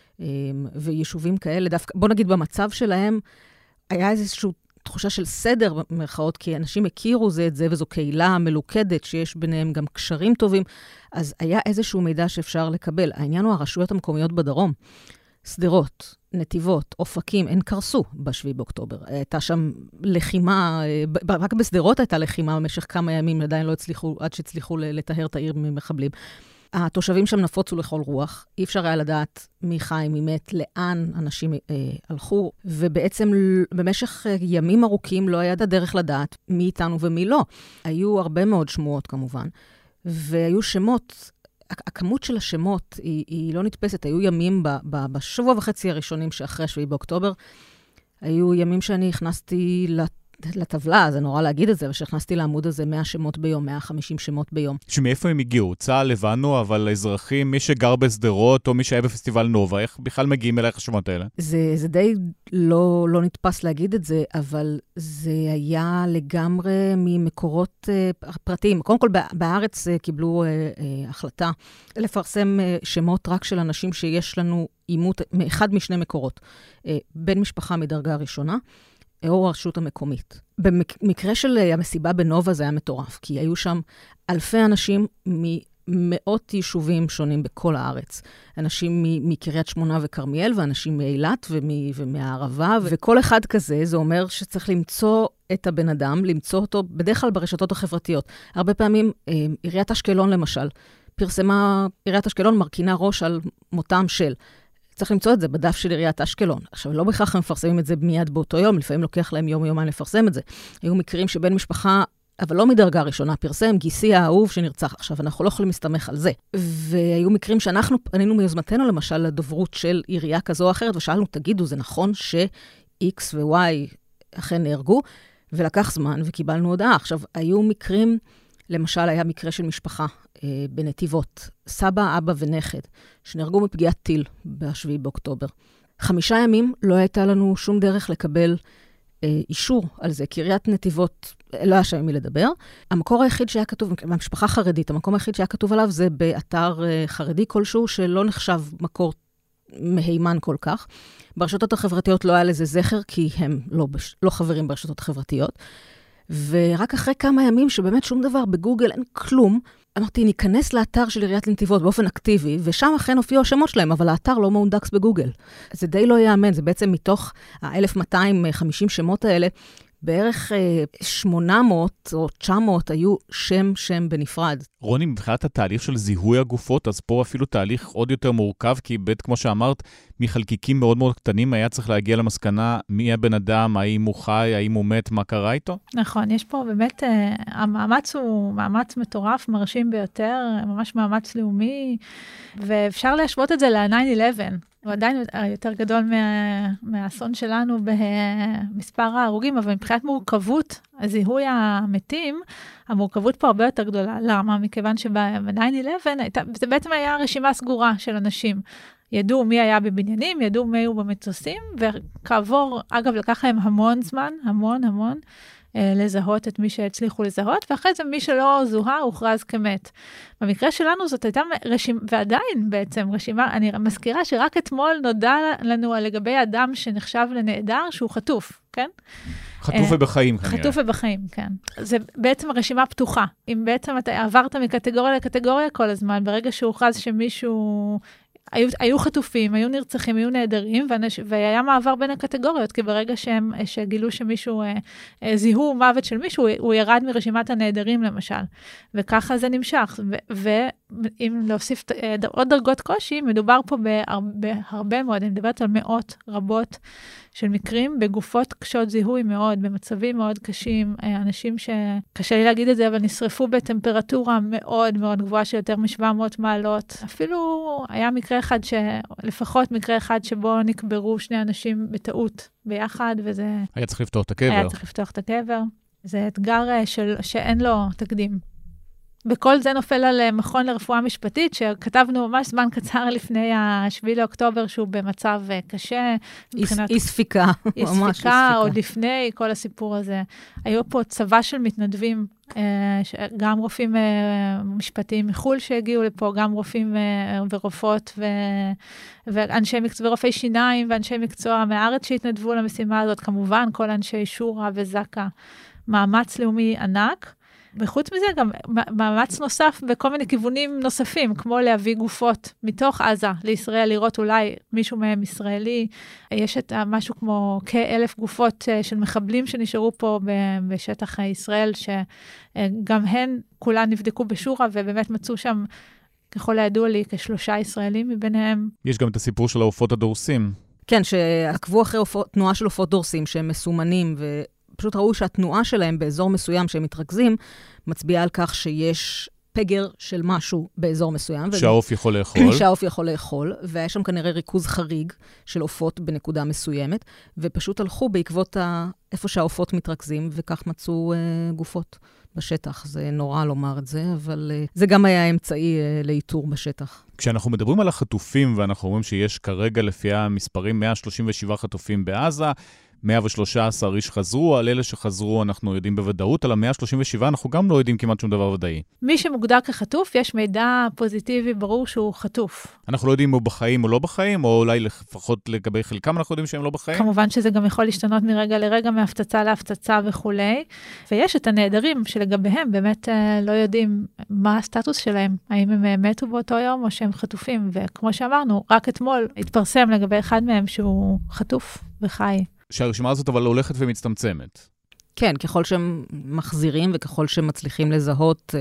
ויישובים כאלה, דווקא, בוא נגיד במצב שלהם, היה איזושהי תחושה של סדר במרכאות, כי אנשים הכירו זה את זה, וזו קהילה מלוכדת שיש ביניהם גם קשרים טובים, אז היה איזשהו מידע שאפשר לקבל. העניין הוא הרשויות המקומיות בדרום. סדרות, נתיבות, אופקים, הן קרסו ב7 באוקטובר. הייתה שם לחימה, רק בסדרות הייתה לחימה במשך כמה ימים, עדיין לא הצליחו, עד שהצליחו לטהר את העיר ממחבלים. התושבים שם נפוצו לכל רוח, אי אפשר היה לדעת מי חי, מי מת, לאן אנשים הלכו, ובעצם במשך ימים ארוכים לא היה דרך לדעת מי איתנו ומי לא. היו הרבה מאוד שמועות כמובן, והיו שמות, הכמות של השמות היא לא נתפסת. היו ימים בשבוע וחצי הראשונים שאחרי 7 באוקטובר, היו ימים שאני הכנסתי לטבלה, זה נורא להגיד את זה, ושהכנסתי לעמוד הזה 100 שמות ביום, 150 שמות ביום. שמאיפה הם הגיעו? צה"ל הבנו, אבל אזרחים, מי שגר בסדרות או מי שהיה בפסטיבל נובה, איך בכלל מגיעים אלייך השמות האלה? זה די לא נתפס להגיד את זה, אבל זה היה לגמרי ממקורות פרטיים. קודם כל, בארץ קיבלו החלטה לפרסם שמות רק של אנשים שיש לנו אימות מאחד משני מקורות. בן משפחה מדרגה ראשונה, או הרשות המקומית. במקרה של המסיבה בנובה זה היה מטורף, כי היו שם אלפי אנשים ממאות יישובים שונים בכל הארץ. אנשים מקריית שמונה וכרמיאל, ואנשים מאילת ומהערבה, וכל אחד כזה, זה אומר שצריך למצוא את הבן אדם, למצוא אותו בדרך כלל ברשתות החברתיות. הרבה פעמים, עיריית אשקלון למשל, פרסמה, עיריית אשקלון מרכינה ראש על מותם של... צריך למצוא את זה בדף של עיריית אשקלון. עכשיו, לא בכך הם מפרסמים את זה מיד באותו יום, לפעמים לוקח להם יום-יומיים לפרסם את זה. היו מקרים שבן משפחה, אבל לא מדרגה ראשונה, פרסם גיסי האהוב שנרצח. עכשיו, אנחנו לא יכולים להסתמך על זה. והיו מקרים שאנחנו פנינו מיוזמתנו, למשל, לדוברות של עירייה כזו או אחרת, ושאלנו, תגידו, זה נכון ש-X ו-Y אכן נהרגו? ולקח זמן וקיבלנו הודעה. עכשיו, היו מקרים, למשל, היה מקרה של משפחה בנתיבות, סבא, אבא ונכד, שנהרגו מפגיעת טיל ב7 באוקטובר. 5 ימים לא הייתה לנו שום דרך לקבל אישור על זה, כי עיריית נתיבות לא היה שם מי לדבר. המקור היחיד שהיה כתוב, המשפחה חרדית, המקום היחיד שהיה כתוב עליו זה באתר חרדי כלשהו, שלא נחשב מקור מהימן כל כך. ברשתות החברתיות לא היה לזה זכר, כי הם לא חברים ברשתות החברתיות. ורק אחרי כמה ימים שבאמת שום דבר בגוגל אין כלום, אמרתי, ניכנס לאתר של עיריית נתיבות באופן אקטיבי, ושם אכן הופיעו השמות שלהם, אבל האתר לא מאונדקס בגוגל. זה די לא יאמן, זה בעצם מתוך ה-1250 שמות האלה, בערך 800 או 900 היו שם בנפרד. רוני, מבחינת התהליך של זיהוי הגופות, אז פה אפילו תהליך עוד יותר מורכב, כי כמו שאמרת, מחלקיקים מאוד מאוד קטנים היה צריך להגיע למסקנה מי הבן אדם, האם הוא חי, האם הוא מת, מה קרה איתו? נכון, יש פה באמת, המאמץ הוא מאמץ מטורף, מרשים ביותר, ממש מאמץ לאומי, ואפשר להשוות את זה ל-9/11. הוא עדיין יותר גדול מהאסון שלנו במספר ההרוגים, אבל מבחינת מורכבות, הזיהוי המתים, המורכבות פה הרבה יותר גדולה. למה? מכיוון שב-9/11, זה בעצם היה רשימה סגורה של אנשים. ידעו מי היה בבניינים, ידעו מי היו במטוסים, וכעבור, אגב, לקח להם המון זמן, המון, לזהות את מי שהצליחו לזהות, ואחרי זה מי שלא זוהה הוכרז כמת. במקרה שלנו זאת הייתה רשימה, ועדיין בעצם רשימה, אני מזכירה שרק אתמול נודע לנו לגבי אדם שנחשב לנעדר שהוא חטוף, כן? חטוף ובחיים כנראה. חטוף ובחיים, כן. זה בעצם רשימה פתוחה. אם בעצם אתה עברת מקטגוריה לקטגוריה כל הזמן, ברגע שהוכרז שמישהו היו חטופים, היו נרצחים, היו נהדרים, והיה מעבר בין הקטגוריות, כי ברגע שגילו שמישהו זיהו מוות של מישהו, הוא ירד מרשימת הנהדרים למשל. וככה זה נמשך. ואם להוסיף עוד דרגות קושי, מדובר פה בהרבה מאוד, אני מדברת על מאות רבות של מקרים, בגופות קשות זיהוי מאוד, במצבים מאוד קשים, אנשים שקשה לי להגיד את זה, אבל נשרפו בטמפרטורה מאוד מאוד גבוהה של יותר מ-700 מעלות. אפילו היה מקרה אחד, לפחות מקרה אחד שבו נקברו שני אנשים בטעות ביחד, וזה... היה צריך לפתוח את הקבר. היה צריך לפתוח את הקבר. זה אתגר שאין לו תקדים. וכל זה נופל על מכון לרפואה משפטית, שכתבנו ממש זמן קצר לפני 7 לאוקטובר, שהוא במצב קשה. אי ספיקה, ממש אי ספיקה. עוד לפני כל הסיפור הזה. היו פה צבא של מתנדבים, גם רופאים משפטיים מחול שהגיעו לפה, גם רופאים ורופאות, ואנשי מקצוע, ורופאי שיניים, ואנשי מקצוע מהארץ שהתנדבו למשימה הזאת, כמובן, כל אנשי שורה וזקה. מאמץ לאומי ענק. וחוץ מזה גם מאמץ נוסף בכל מיני כיוונים נוספים, כמו להביא גופות מתוך עזה לישראל, לראות אולי מישהו מהם ישראלי. יש את משהו כמו כ-1,000 גופות של מחבלים שנשארו פה בשטח ישראל, שגם הן כולן נבדקו בשורה, ובאמת מצאו שם, ככל הידוע לי, כ3 ישראלים מביניהם. יש גם את הסיפור של העופות הדורסים. כן, שעקבו אחרי תנועה של עופות דורסים שהם מסומנים פשוט ראו שהתנועה שלהם באזור מסוים שהם מתרכזים, מצביעה על כך שיש פגר של משהו באזור מסוים. שהעוף יכול לאכול. שהעוף יכול לאכול, והיה שם כנראה ריכוז חריג של עופות בנקודה מסוימת, ופשוט הלכו בעקבות איפה שהעופות מתרכזים, וכך מצאו גופות בשטח. זה נורא לומר את זה, אבל זה גם היה אמצעי לאיתור בשטח. כשאנחנו מדברים על החטופים, ואנחנו אומרים שיש כרגע לפי המספרים 137 חטופים בעזה, 113 איש חזרו, על אלה שחזרו אנחנו יודעים בוודאות, על ה-137 אנחנו גם לא יודעים כמעט שום דבר ודאי. מי שמוגדר כחטוף, יש מידע פוזיטיבי ברור שהוא חטוף. אנחנו לא יודעים אם הוא בחיים או לא בחיים, או אולי לפחות לגבי חלקם אנחנו יודעים שהם לא בחיים. כמובן שזה גם יכול להשתנות מרגע לרגע, מהפצצה להפצצה וכו'. ויש את הנעדרים שלגביהם באמת לא יודעים מה הסטטוס שלהם, האם הם מתו באותו יום או שהם חטופים. וכמו שאמרנו, רק אתמול התפרסם לגבי אחד מהם שהוא חטוף וחי. שהרשימה הזאת אבל הולכת ומצטמצמת. כן, ככל שהם מחזירים וככל שהם מצליחים לזהות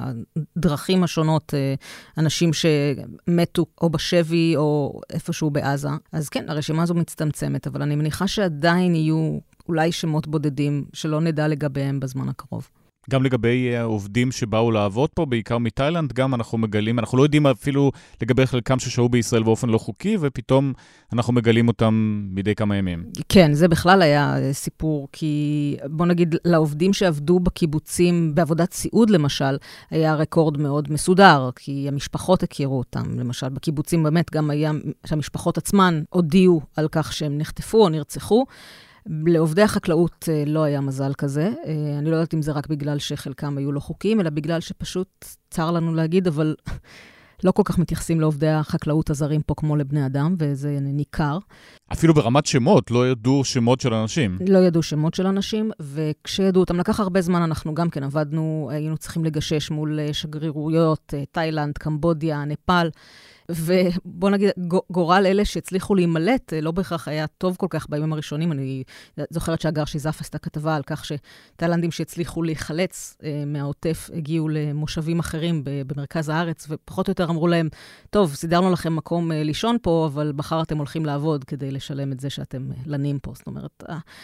בדרכים השונות אנשים שמתו או בשבי או איפשהו בעזה, אז כן, הרשימה הזו מצטמצמת, אבל אני מניחה שעדיין יהיו אולי שמות בודדים שלא נדע לגביהם בזמן הקרוב. גם לגבי עובדים שבאו לעבוד פה, בעיקר מתאילנד, גם אנחנו מגלים, אנחנו לא יודעים אפילו לגבי חלקם ששהו בישראל באופן לא חוקי, ופתאום אנחנו מגלים אותם מדי כמה ימים. כן, זה בכלל היה סיפור, כי בוא נגיד, לעובדים שעבדו בקיבוצים, בעבודת סיעוד למשל, היה רקורד מאוד מסודר, כי המשפחות הכירו אותם. למשל, בקיבוצים באמת גם היה, שהמשפחות עצמן הודיעו על כך שהם נחטפו או נרצחו, לעובדי החקלאות לא היה מזל כזה. אני לא יודעת אם זה רק בגלל שחלקם היו לא חוקיים, אלא בגלל שפשוט צר לנו להגיד, אבל לא כל כך מתייחסים לעובדי החקלאות הזרים פה כמו לבני אדם, וזה ניכר. אפילו ברמת שמות, לא ידעו שמות של אנשים. לא ידעו שמות של אנשים, וכשידעו אותם, לקח הרבה זמן, אנחנו גם כן עבדנו, היינו צריכים לגשש מול שגרירויות, תאילנד, קמבודיה, נפאל, ובוא נגיד, גורל אלה שהצליחו להימלט, לא בהכרח היה טוב כל כך בימים הראשונים. אני זוכרת שהגר שיזף עשתה כתבה על כך שתאילנדים שהצליחו להיחלץ מהעוטף, הגיעו למושבים אחרים במרכז הארץ, ופחות או יותר אמרו להם, טוב, סידרנו לכם מקום לישון פה, אבל מחר אתם הולכים לעבוד כדי לשלם את זה שאתם לנים פה. זאת אומרת,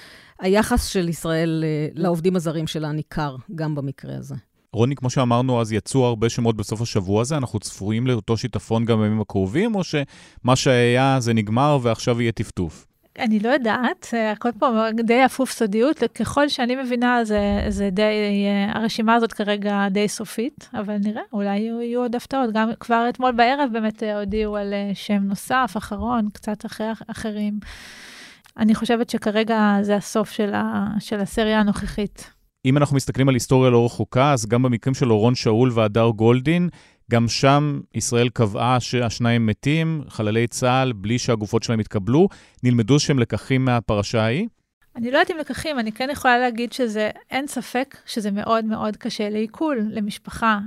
היחס של ישראל לעובדים הזרים שלה ניכר גם במקרה הזה. רוני, כמו שאמרנו, אז יצאו הרבה שמות בסוף השבוע הזה, אנחנו צפויים לאותו שיטפון גם בימים הקרובים, או שמה שהיה זה נגמר ועכשיו יהיה טפטוף? אני לא יודעת, הכל פה די אפוף סודיות, ככל שאני מבינה, זה די, הרשימה הזאת כרגע די סופית, אבל נראה, אולי יהיו עוד הפתעות, גם כבר אתמול בערב באמת הודיעו על שם נוסף, אחרון, קצת אחרי אחרים. אני חושבת שכרגע זה הסוף של הסריה הנוכחית. אם אנחנו מסתכלים על היסטוריה לא רחוקה, אז גם במקרים של אורון שאול והדר גולדין, גם שם ישראל קבעה שהשניים מתים, חללי צה"ל, בלי שהגופות שלהם התקבלו. נלמדו שהם לקחים מהפרשה ההיא? אני לא יודעת אם לקחים, אני כן יכולה להגיד אין ספק שזה מאוד מאוד קשה לעיכול, למשפחה,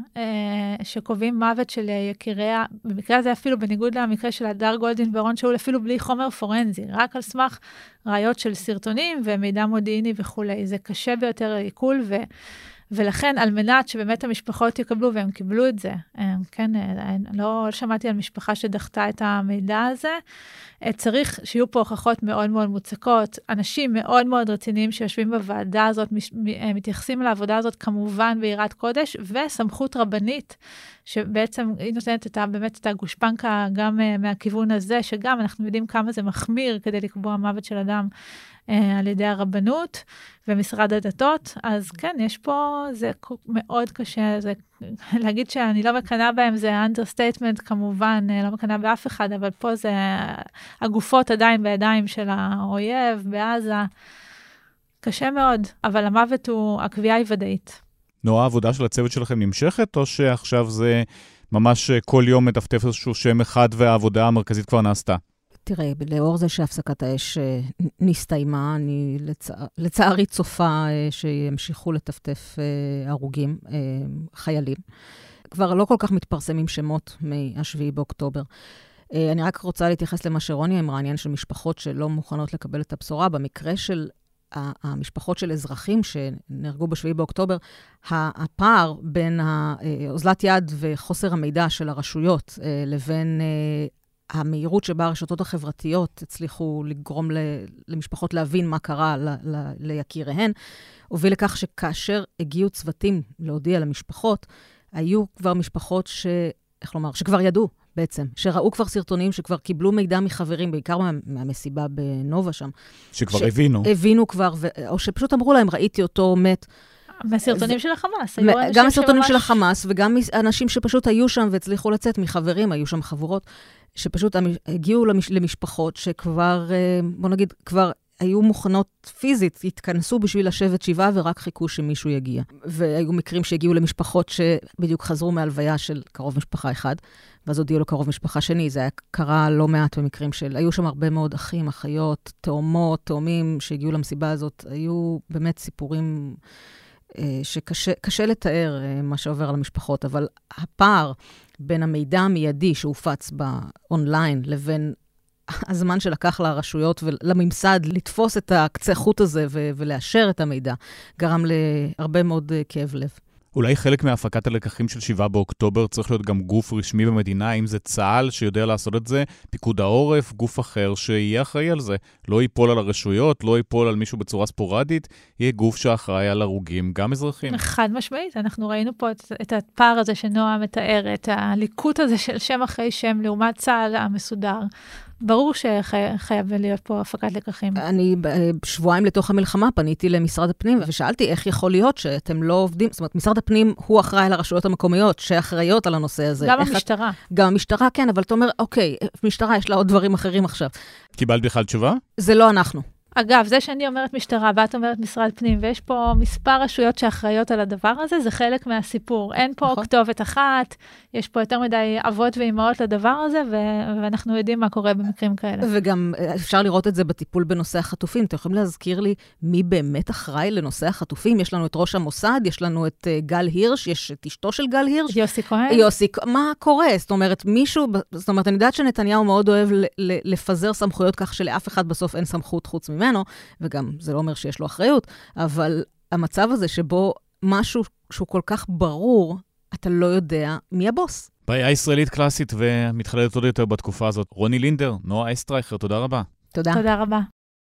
שקובעים מוות של יקיריה, במקרה הזה אפילו בניגוד למקרה של הדר גולדין ואורון שאול, אפילו בלי חומר פורנזי, רק על סמך ראיות של סרטונים ומידע מודיעיני וכולי. זה קשה ביותר לעיכול, ולכן, על מנת שבאמת המשפחות יקבלו, והם קיבלו את זה, כן, לא שמעתי על משפחה שדחתה את המידע הזה, צריך שיהיו פה הוכחות מאוד מאוד מוצקות, אנשים מאוד מאוד רציניים שיושבים בוועדה הזאת, מתייחסים לעבודה הזאת כמובן ביראת קודש, וסמכות רבנית, שבעצם היא נותנת באמת את הגושפנקה גם מהכיוון הזה, שגם אנחנו יודעים כמה זה מחמיר כדי לקבוע מוות של אדם, על ידי הרבנות ומשרד הדתות, אז כן, יש פה, זה מאוד קשה, זה, להגיד שאני לא מקנה בהם, זה understatement כמובן, לא מקנה באף אחד, אבל פה זה, הגופות עדיין בידיים של האויב, בעזה, קשה מאוד, אבל המוות הוא, הקביעה היא ודאית. נועה, העבודה של הצוות שלכם נמשכת, או שעכשיו זה ממש כל יום מטפטף איזשהו שם אחד, והעבודה המרכזית כבר נעשתה? תראה, לאור זה שהפסקת האש נסתיימה, אני לצערי צופה שימשיכו לטפטף הרוגים, חיילים. כבר לא כל כך מתפרסמים שמות מה-7 באוקטובר. אני רק רוצה להתייחס למה שרוני אמרה, העניין של משפחות שלא מוכנות לקבל את הבשורה. במקרה של המשפחות של אזרחים שנהרגו ב-7 באוקטובר, הפער בין אוזלת יד וחוסר המידע של הרשויות לבין המהירות שבה הרשתות החברתיות הצליחו לגרום למשפחות להבין מה קרה ליקיריהן, הוביל לכך שכאשר הגיעו צוותים להודיע למשפחות, היו כבר משפחות איך לומר, שכבר ידעו בעצם, שראו כבר סרטונים, שכבר קיבלו מידע מחברים, בעיקר מהמסיבה בנובה שם. שכבר הבינו. הבינו כבר, או שפשוט אמרו להם, ראיתי אותו מת. מהסרטונים של החמאס. גם הסרטונים של החמאס, וגם אנשים שפשוט היו שם והצליחו לצאת מחברים, היו שם חבורות, שפשוט הגיעו למשפחות שכבר, בוא נגיד, כבר היו מוכנות פיזית, התכנסו בשביל לשבת שבעה ורק חיכו שמישהו יגיע. והיו מקרים שהגיעו למשפחות שבדיוק חזרו מהלוויה של קרוב משפחה אחד, ואז הודיעו לו קרוב משפחה שני. זה היה קרה לא מעט במקרים היו שם הרבה מאוד אחים, אחיות, תאומות, תאומים שהגיעו למסיבה הזאת. היו באמת סיפורים שקשה לתאר מה שעובר על המשפחות, אבל הפער בין המידע המיידי שהופץ באונליין לבין הזמן שלקח לרשויות ולממסד לתפוס את הקצה חוט הזה ולאשר את המידע, גרם להרבה מאוד כאב לב. אולי חלק מהפקת הלקחים של 7 באוקטובר צריך להיות גם גוף רשמי במדינה, אם זה צה"ל שיודע לעשות את זה, פיקוד העורף, גוף אחר שיהיה אחראי על זה. לא ייפול על הרשויות, לא ייפול על מישהו בצורה ספורדית, יהיה גוף שאחראי על הרוגים, גם אזרחים. חד משמעית, אנחנו ראינו פה את הפער הזה שנועה מתארת, הליקוט הזה של שם אחרי שם לעומת צה"ל המסודר. ברור שחייב להיות פה הפקת לקחים. אני שבועיים לתוך המלחמה פניתי למשרד הפנים ושאלתי איך יכול להיות שאתם לא עובדים, זאת אומרת, משרד הפנים הוא אחראי על הרשויות המקומיות שאחראיות על הנושא הזה. גם המשטרה. גם המשטרה, כן, אבל אתה אומר, אוקיי, משטרה יש לה עוד דברים אחרים עכשיו. קיבלת בכלל תשובה? זה לא אנחנו. אגב, זה שאני אומרת משטרה, ואת אומרת משרד פנים, ויש פה מספר רשויות שאחראיות על הדבר הזה, זה חלק מהסיפור. אין פה כתובת אחת, יש פה יותר מדי אבות ואימהות לדבר הזה, ואנחנו יודעים מה קורה במקרים כאלה. וגם אפשר לראות את זה בטיפול בנושא החטופים. אתם יכולים להזכיר לי מי באמת אחראי לנושא החטופים? יש לנו את ראש המוסד, יש לנו את גל הירש, יש את אשתו של גל הירש. יוסי כהן. מה קורה? זאת אומרת, אני יודעת שנתניהו מאוד אוהב לפזר סמכויות כך שלאף אחד בסוף אין סמכות חוץ ממנו, וגם זה לא אומר שיש לו אחריות, אבל המצב הזה שבו משהו שהוא כל כך ברור, אתה לא יודע מי הבוס. בעיה ישראלית קלאסית ומתחדדת עוד יותר בתקופה הזאת. רוני לינדר, נועה אסטרייכר, תודה רבה. תודה. תודה רבה.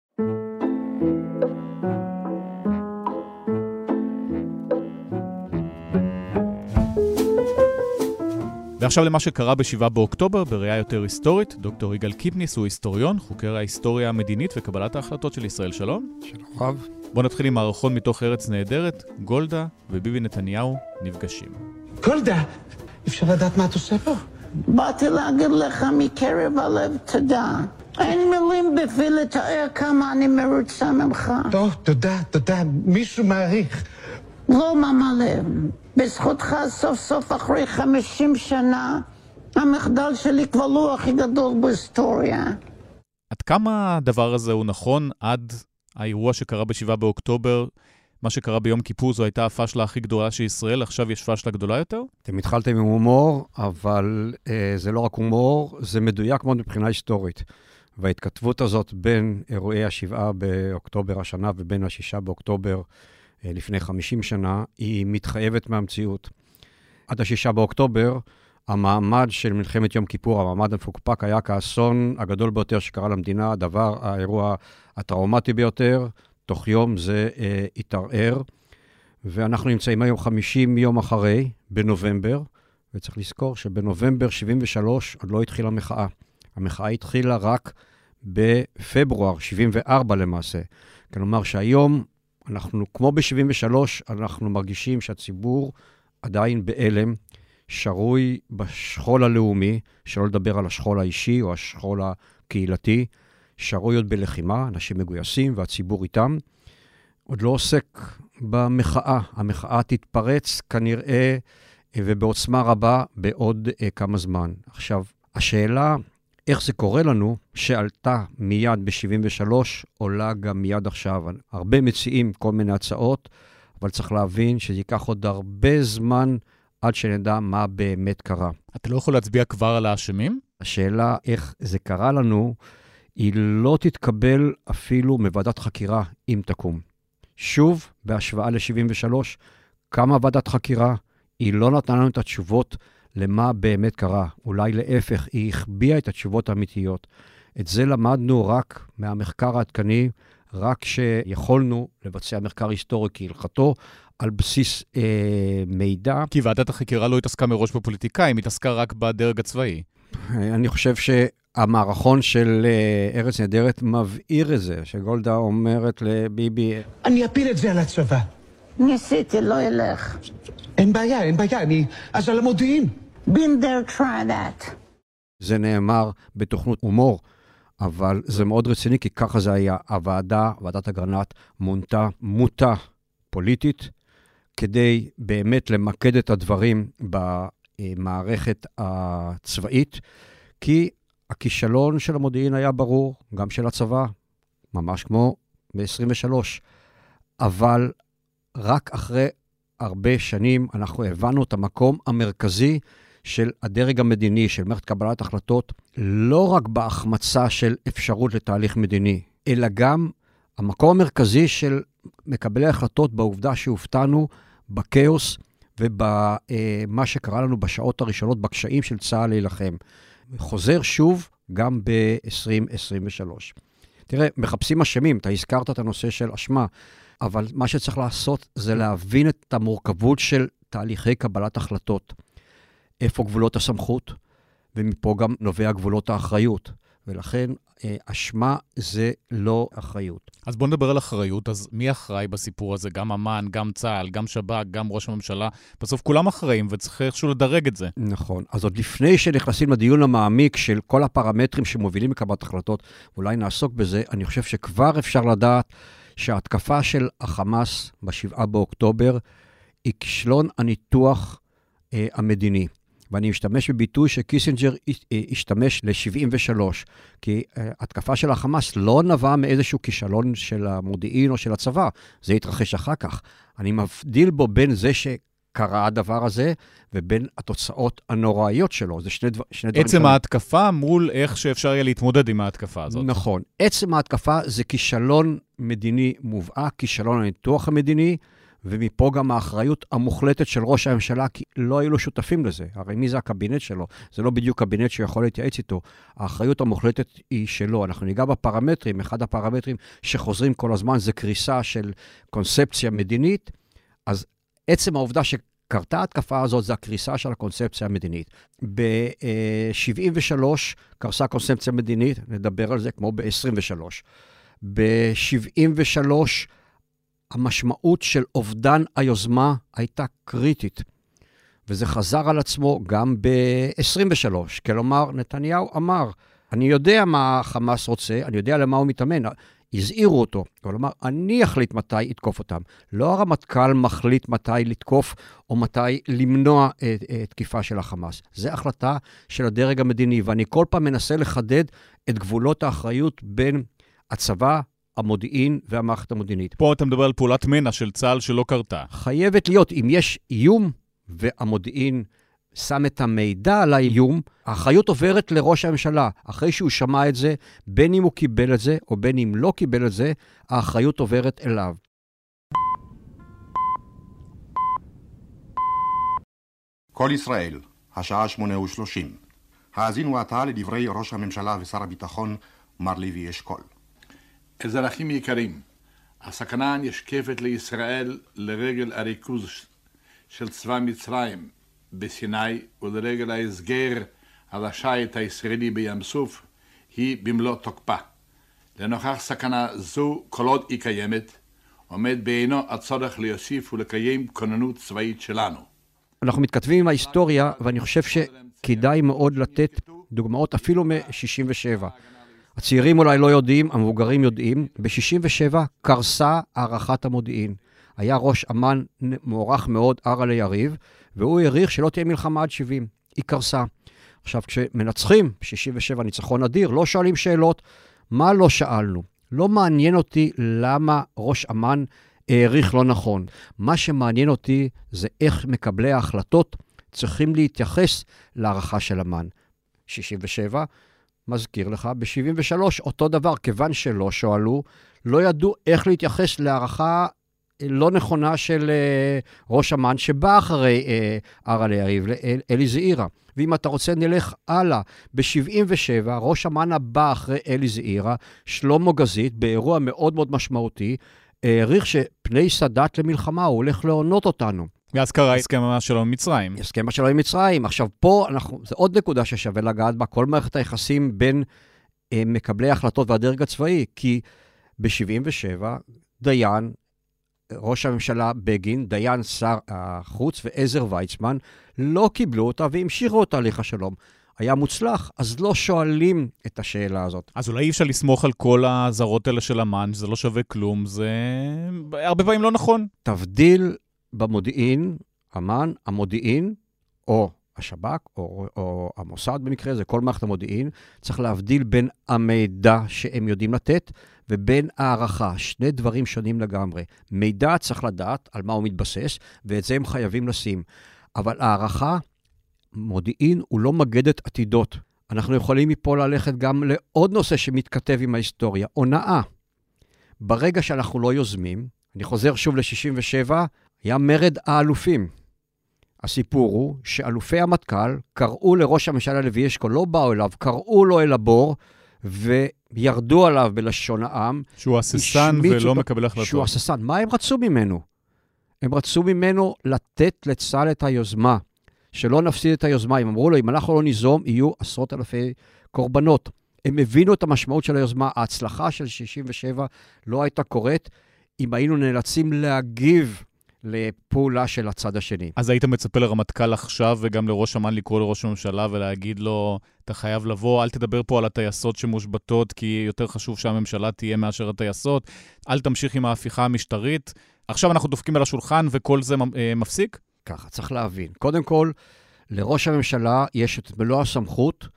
ועכשיו למה שקרה ב7 באוקטובר, בראייה יותר היסטורית, דוקטור יגאל קיפניס הוא היסטוריון, חוקר ההיסטוריה המדינית וקבלת ההחלטות של ישראל. שלום. שלום רב. בוא נתחיל עם מערכון מתוך ארץ נהדרת, גולדה וביבי נתניהו נפגשים. גולדה, אפשר לדעת מה את עושה פה? באתי להגיד לך מקרב הלב תודה. אין מילים בשביל לתאר כמה אני מרוצה ממך. טוב, תודה. מישהו מעריך. לא ממלא. בזכותך סוף סוף אחרי 50 שנה, המחדל שלי כבר לא הכי גדול בהיסטוריה. עד כמה הדבר הזה הוא נכון עד האירוע שקרה ב7 באוקטובר? מה שקרה ביום כיפור זו הייתה הפשלה הכי גדולה של ישראל, עכשיו יש פשלה גדולה יותר? אתם התחלתם עם הומור, אבל זה לא רק הומור, זה מדויק מאוד מבחינה היסטורית. וההתכתבות הזאת בין אירועי ה7 באוקטובר השנה ובין ה6 באוקטובר לפני 50 שנה, היא מתחייבת מהמציאות. עד ה6 באוקטובר, המעמד של מלחמת יום כיפור, המעמד המפוקפק, היה כאסון הגדול ביותר שקרה למדינה, האירוע הטראומטי ביותר, תוך יום זה התערער, ואנחנו נמצאים היום 50 יום אחרי, בנובמבר, וצריך לזכור שבנובמבר 73 עוד לא התחילה המחאה. המחאה התחילה רק בפברואר 74 למעשה. כלומר שהיום אנחנו, כמו ב-73, אנחנו מרגישים שהציבור עדיין באלם, שרוי בשכול הלאומי, שלא לדבר על השכול האישי או השכול הקהילתי, שרוי עוד בלחימה, אנשים מגויסים והציבור איתם, עוד לא עוסק במחאה. המחאה תתפרץ כנראה ובעוצמה רבה בעוד כמה זמן. עכשיו, השאלה איך זה קורה לנו, שעלתה מיד ב-73, עולה גם מיד עכשיו. הרבה מציעים כל מיני הצעות, אבל צריך להבין שזה ייקח עוד הרבה זמן עד שנדע מה באמת קרה. אתה לא יכול להצביע כבר על האשמים? השאלה איך זה קרה לנו, היא לא תתקבל אפילו מוועדת חקירה אם תקום. שוב, בהשוואה ל-73, קמה ועדת חקירה, היא לא נתנה לנו את התשובות למה באמת קרה. אולי להפך, היא החביאה את התשובות האמיתיות. את זה למדנו רק מהמחקר העדכני, רק שיכולנו לבצע מחקר היסטורי כהלכתו, על בסיס מידע. כי ועדת החקירה לא התעסקה מראש בפוליטיקאים, היא התעסקה רק בדרג הצבאי. אני חושב שהמערכון של ארץ נהדרת מבהיר את זה, שגולדה אומרת לביבי, אני אפיל את זה על הצבא. ניסיתי, לא ילך. אין בעיה, אז על המודיעין. Been there, try that. זה נאמר בתוכנות הומור, אבל זה מאוד רציני, כי ככה זה היה. ועדת אגרנט, מוטה פוליטית, כדי באמת למקד את הדברים במערכת הצבאית, כי הכישלון של המודיעין היה ברור, גם של הצבא, ממש כמו ב-23. אבל רק אחרי הרבה שנים אנחנו הבנו את המקום המרכזי של הדרג המדיני, של מערכת קבלת החלטות, לא רק בהחמצה של אפשרות לתהליך מדיני, אלא גם המקום המרכזי של מקבלי החלטות בעובדה שהופתענו בקאוס ובמה שקרה לנו בשעות הראשונות, בקשיים של צה"ל להילחם. חוזר שוב גם ב-2023. תראה, מחפשים אשמים, אתה הזכרת את הנושא של אשמה, אבל מה שצריך לעשות זה להבין את המורכבות של תהליכי קבלת החלטות. איפה גבולות הסמכות, ומפה גם נובע גבולות האחריות. ולכן אשמה זה לא אחריות. אז בוא נדבר על אחריות. אז מי אחראי בסיפור הזה? גם אמן, גם צה"ל, גם שב"כ, גם ראש הממשלה. בסוף כולם אחראים וצריך איכשהו לדרג את זה. נכון. אז עוד לפני שנכנסים לדיון המעמיק של כל הפרמטרים שמובילים לקבלת החלטות, אולי נעסוק בזה, אני חושב שכבר אפשר לדעת שההתקפה של החמאס ב7 באוקטובר היא כישלון הניתוח המדיני. ואני משתמש בביטוי שקיסינג'ר השתמש ל-73, כי התקפה של החמאס לא נבעה מאיזשהו כישלון של המודיעין או של הצבא, זה התרחש אחר כך. אני מבדיל בו בין זה שקרה הדבר הזה, ובין התוצאות הנוראיות שלו. זה שני דברים. עצם ההתקפה מול איך שאפשר יהיה להתמודד עם ההתקפה הזאת. נכון. עצם ההתקפה זה כישלון מדיני מובהק, כישלון הניתוח המדיני, ומפה גם האחריות המוחלטת של ראש הממשלה, כי לא היו לו שותפים לזה. הרי מי זה הקבינט שלו? זה לא בדיוק קבינט שיכול להתייעץ איתו. האחריות המוחלטת היא שלו. אנחנו ניגע בפרמטרים. אחד הפרמטרים שחוזרים כל הזמן זה קריסה של קונספציה מדינית. אז עצם העובדה שקרתה ההתקפה הזאת זה הקריסה של הקונספציה המדינית. ב-73 קרסה קונספציה מדינית, נדבר על זה כמו ב-23. ב-73 המשמעות של אובדן היוזמה הייתה קריטית, וזה חזר על עצמו גם ב-23. כלומר, נתניהו אמר, אני יודע מה חמאס רוצה, אני יודע למה הוא מתאמן, הזהירו אותו. כלומר, אני אחליט מתי יתקוף אותם. לא הרמטכ"ל מחליט מתי לתקוף, או מתי למנוע תקיפה של החמאס. זו החלטה של הדרג המדיני, ואני כל פעם מנסה לחדד את גבולות האחריות בין הצבא, המודיעין והמערכת המודיעינית. פה אתה מדבר על פעולת מנע של צה"ל שלא קרתה. חייבת להיות, אם יש איום והמודיעין שם את המידע על האיום, האחריות עוברת לראש הממשלה. אחרי שהוא שמע את זה, בין אם הוא קיבל את זה או בין אם לא קיבל את זה, האחריות עוברת אליו. כל ישראל, השעה 8:30. האזינו עתה לדברי ראש הממשלה ושר הביטחון, מר לוי אשכול. אזרחים יקרים, הסכנה נשקפת לישראל לרגל הריכוז של צבא מצרים בסיני ולרגל ההסגר על השיט הישראלי בים סוף היא במלוא תוקפה. לנוכח סכנה זו, כל עוד היא קיימת, עומד בעינו הצורך להוסיף ולקיים כוננות צבאית שלנו. אנחנו מתכתבים עם ההיסטוריה, ואני חושב שכדאי מאוד לתת דוגמאות אפילו מ-67. הצעירים אולי לא יודעים, המבוגרים יודעים, ב-67 קרסה הערכת המודיעין. היה ראש אמן מוערך מאוד, ארלה יריב, והוא העריך שלא תהיה מלחמה עד 70. היא קרסה. עכשיו, כשמנצחים, ב-67 ניצחון אדיר, לא שואלים שאלות. מה לא שאלנו? לא מעניין אותי למה ראש אמן העריך לא נכון. מה שמעניין אותי זה איך מקבלי ההחלטות צריכים להתייחס להערכה של אמן. 67, מזכיר לך, ב-73 אותו דבר, כיוון שלא שואלו, לא ידעו איך להתייחס להערכה לא נכונה של ראש אמן, שבא אחרי ארלה יריב, אלי זעירה. ואם אתה רוצה נלך הלאה, ב-77 ראש אמן הבא אחרי אלי זעירה, שלמה גזית, באירוע מאוד מאוד משמעותי, העריך שפני סאדאת למלחמה, הוא הולך לעונות אותנו. ואז קרה הסכם השלום עם מצרים. הסכם השלום עם מצרים. עכשיו פה, זה עוד נקודה ששווה לגעת בה, כל מערכת היחסים בין מקבלי ההחלטות והדרג הצבאי, כי ב-77 דיין, ראש הממשלה בגין, דיין שר החוץ ועזר ויצמן, לא קיבלו אותה והמשיכו את תהליך השלום. היה מוצלח, אז לא שואלים את השאלה הזאת. אז אולי אי אפשר לסמוך על כל הזרות האלה של אמן, שזה לא שווה כלום, זה הרבה פעמים לא נכון. תבדיל במודיעין, אמן, המודיעין, או השב"כ, או המוסד במקרה, זה כל מערכת המודיעין, צריך להבדיל בין המידע שהם יודעים לתת, ובין הערכה. שני דברים שונים לגמרי. מידע צריך לדעת על מה הוא מתבסס, ואת זה הם חייבים לשים. אבל הערכה, מודיעין, הוא לא מגדת עתידות. אנחנו יכולים מפה ללכת גם לעוד נושא שמתכתב עם ההיסטוריה, הונאה. ברגע שאנחנו לא יוזמים, אני חוזר שוב ל-67, היה מרד האלופים. הסיפור הוא שאלופי המטכ"ל קראו לראש הממשלה לוי אשכול, לא באו אליו, קראו לו אל הבור, וירדו עליו בלשון העם. שהוא הססן ולא מקבל החלטות. שהוא הססן. מה הם רצו ממנו? הם רצו ממנו לתת לצה"ל את היוזמה, שלא נפסיד את היוזמה. הם אמרו לו, אם אנחנו לא ניזום, יהיו 10,000 קורבנות. הם הבינו את המשמעות של היוזמה. ההצלחה של 67 לא הייתה קורית אם היינו נאלצים להגיב לפעולה של הצד השני. אז היית מצפה לרמטכ"ל עכשיו וגם לראש אמ"ן לקרוא לראש הממשלה ולהגיד לו, אתה חייב לבוא, אל תדבר פה על הטייסות שמושבתות, כי יותר חשוב שהממשלה תהיה מאשר הטייסות, אל תמשיך עם ההפיכה המשטרית. עכשיו אנחנו דופקים על השולחן וכל זה מפסיק? ככה, צריך להבין. קודם כל, לראש הממשלה יש את מלוא הסמכות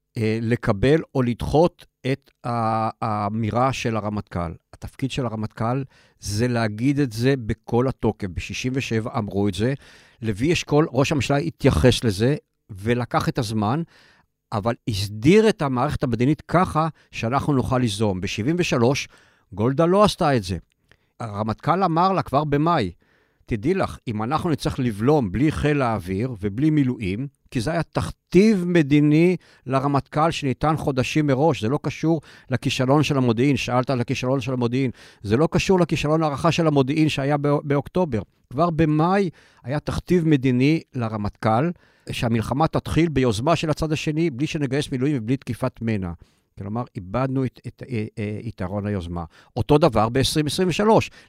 לקבל או לדחות את האמירה של הרמטכ"ל. התפקיד של הרמטכ"ל זה להגיד את זה בכל התוקף. ב-67 אמרו את זה. לוי אשכול, ראש הממשלה התייחס לזה ולקח את הזמן, אבל הסדיר את המערכת המדינית ככה שאנחנו נוכל ליזום. ב-73 גולדה לא עשתה את זה. הרמטכ"ל אמר לה כבר במאי, תדעי לך, אם אנחנו נצטרך לבלום בלי חיל האוויר ובלי מילואים, כי זה היה תכתיב מדיני לרמטכ"ל שניתן חודשים מראש, זה לא קשור לכישלון של המודיעין, שאלת על הכישלון של המודיעין, זה לא קשור לכישלון הערכה של המודיעין שהיה באוקטובר. כבר במאי היה תכתיב מדיני לרמטכ"ל, שהמלחמה תתחיל ביוזמה של הצד השני, בלי שנגייס מילואים ובלי תקיפת מנע. כלומר, איבדנו את יתרון היוזמה. אותו דבר ב-2023.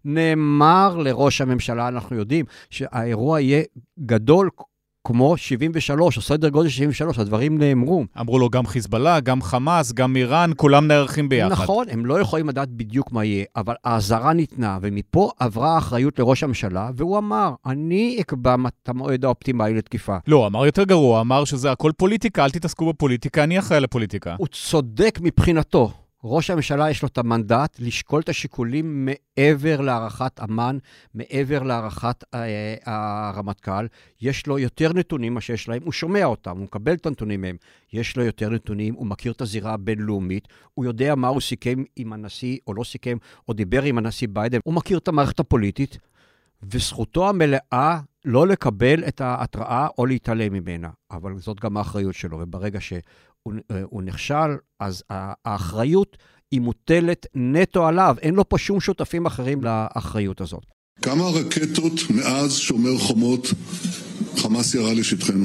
נאמר לראש הממשלה, אנחנו יודעים, שהאירוע יהיה גדול כמו 73, או סדר גודל 73, הדברים נאמרו. אמרו לו גם חיזבאללה, גם חמאס, גם איראן, כולם נערכים ביחד. נכון, הם לא יכולים לדעת בדיוק מה יהיה, אבל ההזרה ניתנה, ומפה עברה האחריות לראש הממשלה, והוא אמר, אני אקבע את המועד האופטימלי לתקיפה. לא, אמר יותר גרוע, אמר שזה הכל פוליטיקה, אל תתעסקו בפוליטיקה, אני אחראי לפוליטיקה. הוא צודק מבחינתו. ראש הממשלה יש לו את המנדט לשקול את השיקולים מעבר להערכת אמ"ן, מעבר להערכת הרמטכ"ל. יש לו יותר נתונים מה שיש להם, הוא שומע אותם, הוא מקבל את הנתונים מהם. יש לו יותר נתונים, הוא מכיר את הזירה הבינלאומית, הוא יודע מה הוא סיכם עם הנשיא או לא סיכם, או דיבר עם הנשיא ביידן, הוא מכיר את המערכת הפוליטית, וזכותו המלאה לא לקבל את ההתראה או להתעלם ממנה. אבל זאת גם האחריות שלו, וברגע שהוא נכשל, אז האחריות היא מוטלת נטו עליו. אין לו פה שום שותפים אחרים לאחריות הזאת. כמה רקטות מאז שומר חומות חמאס ירה לשטחנו?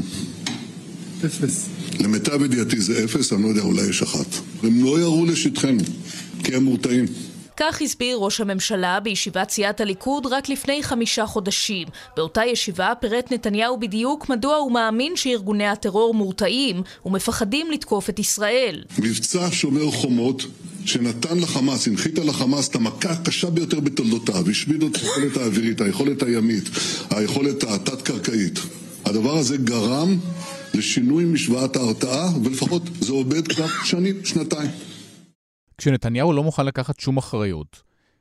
0. למיטב ידיעתי זה 0, אני לא יודע, אולי יש 1. הם לא ירו לשטחנו, כי הם מורתעים. כך הסביר ראש הממשלה בישיבת סיעת הליכוד רק לפני 5 חודשים. באותה ישיבה פירט נתניהו בדיוק מדוע הוא מאמין שארגוני הטרור מורתעים ומפחדים לתקוף את ישראל. מבצע שומר חומות שנתן לחמאס, הנחית לחמאס את המכה הקשה ביותר בתולדותיו, השמיד את היכולת האווירית, היכולת הימית, היכולת התת-קרקעית. הדבר הזה גרם לשינוי משוואת ההרתעה, ולפחות זה עובד כבר שנים, שנתיים. כשנתניהו לא מוכן לקחת שום אחריות,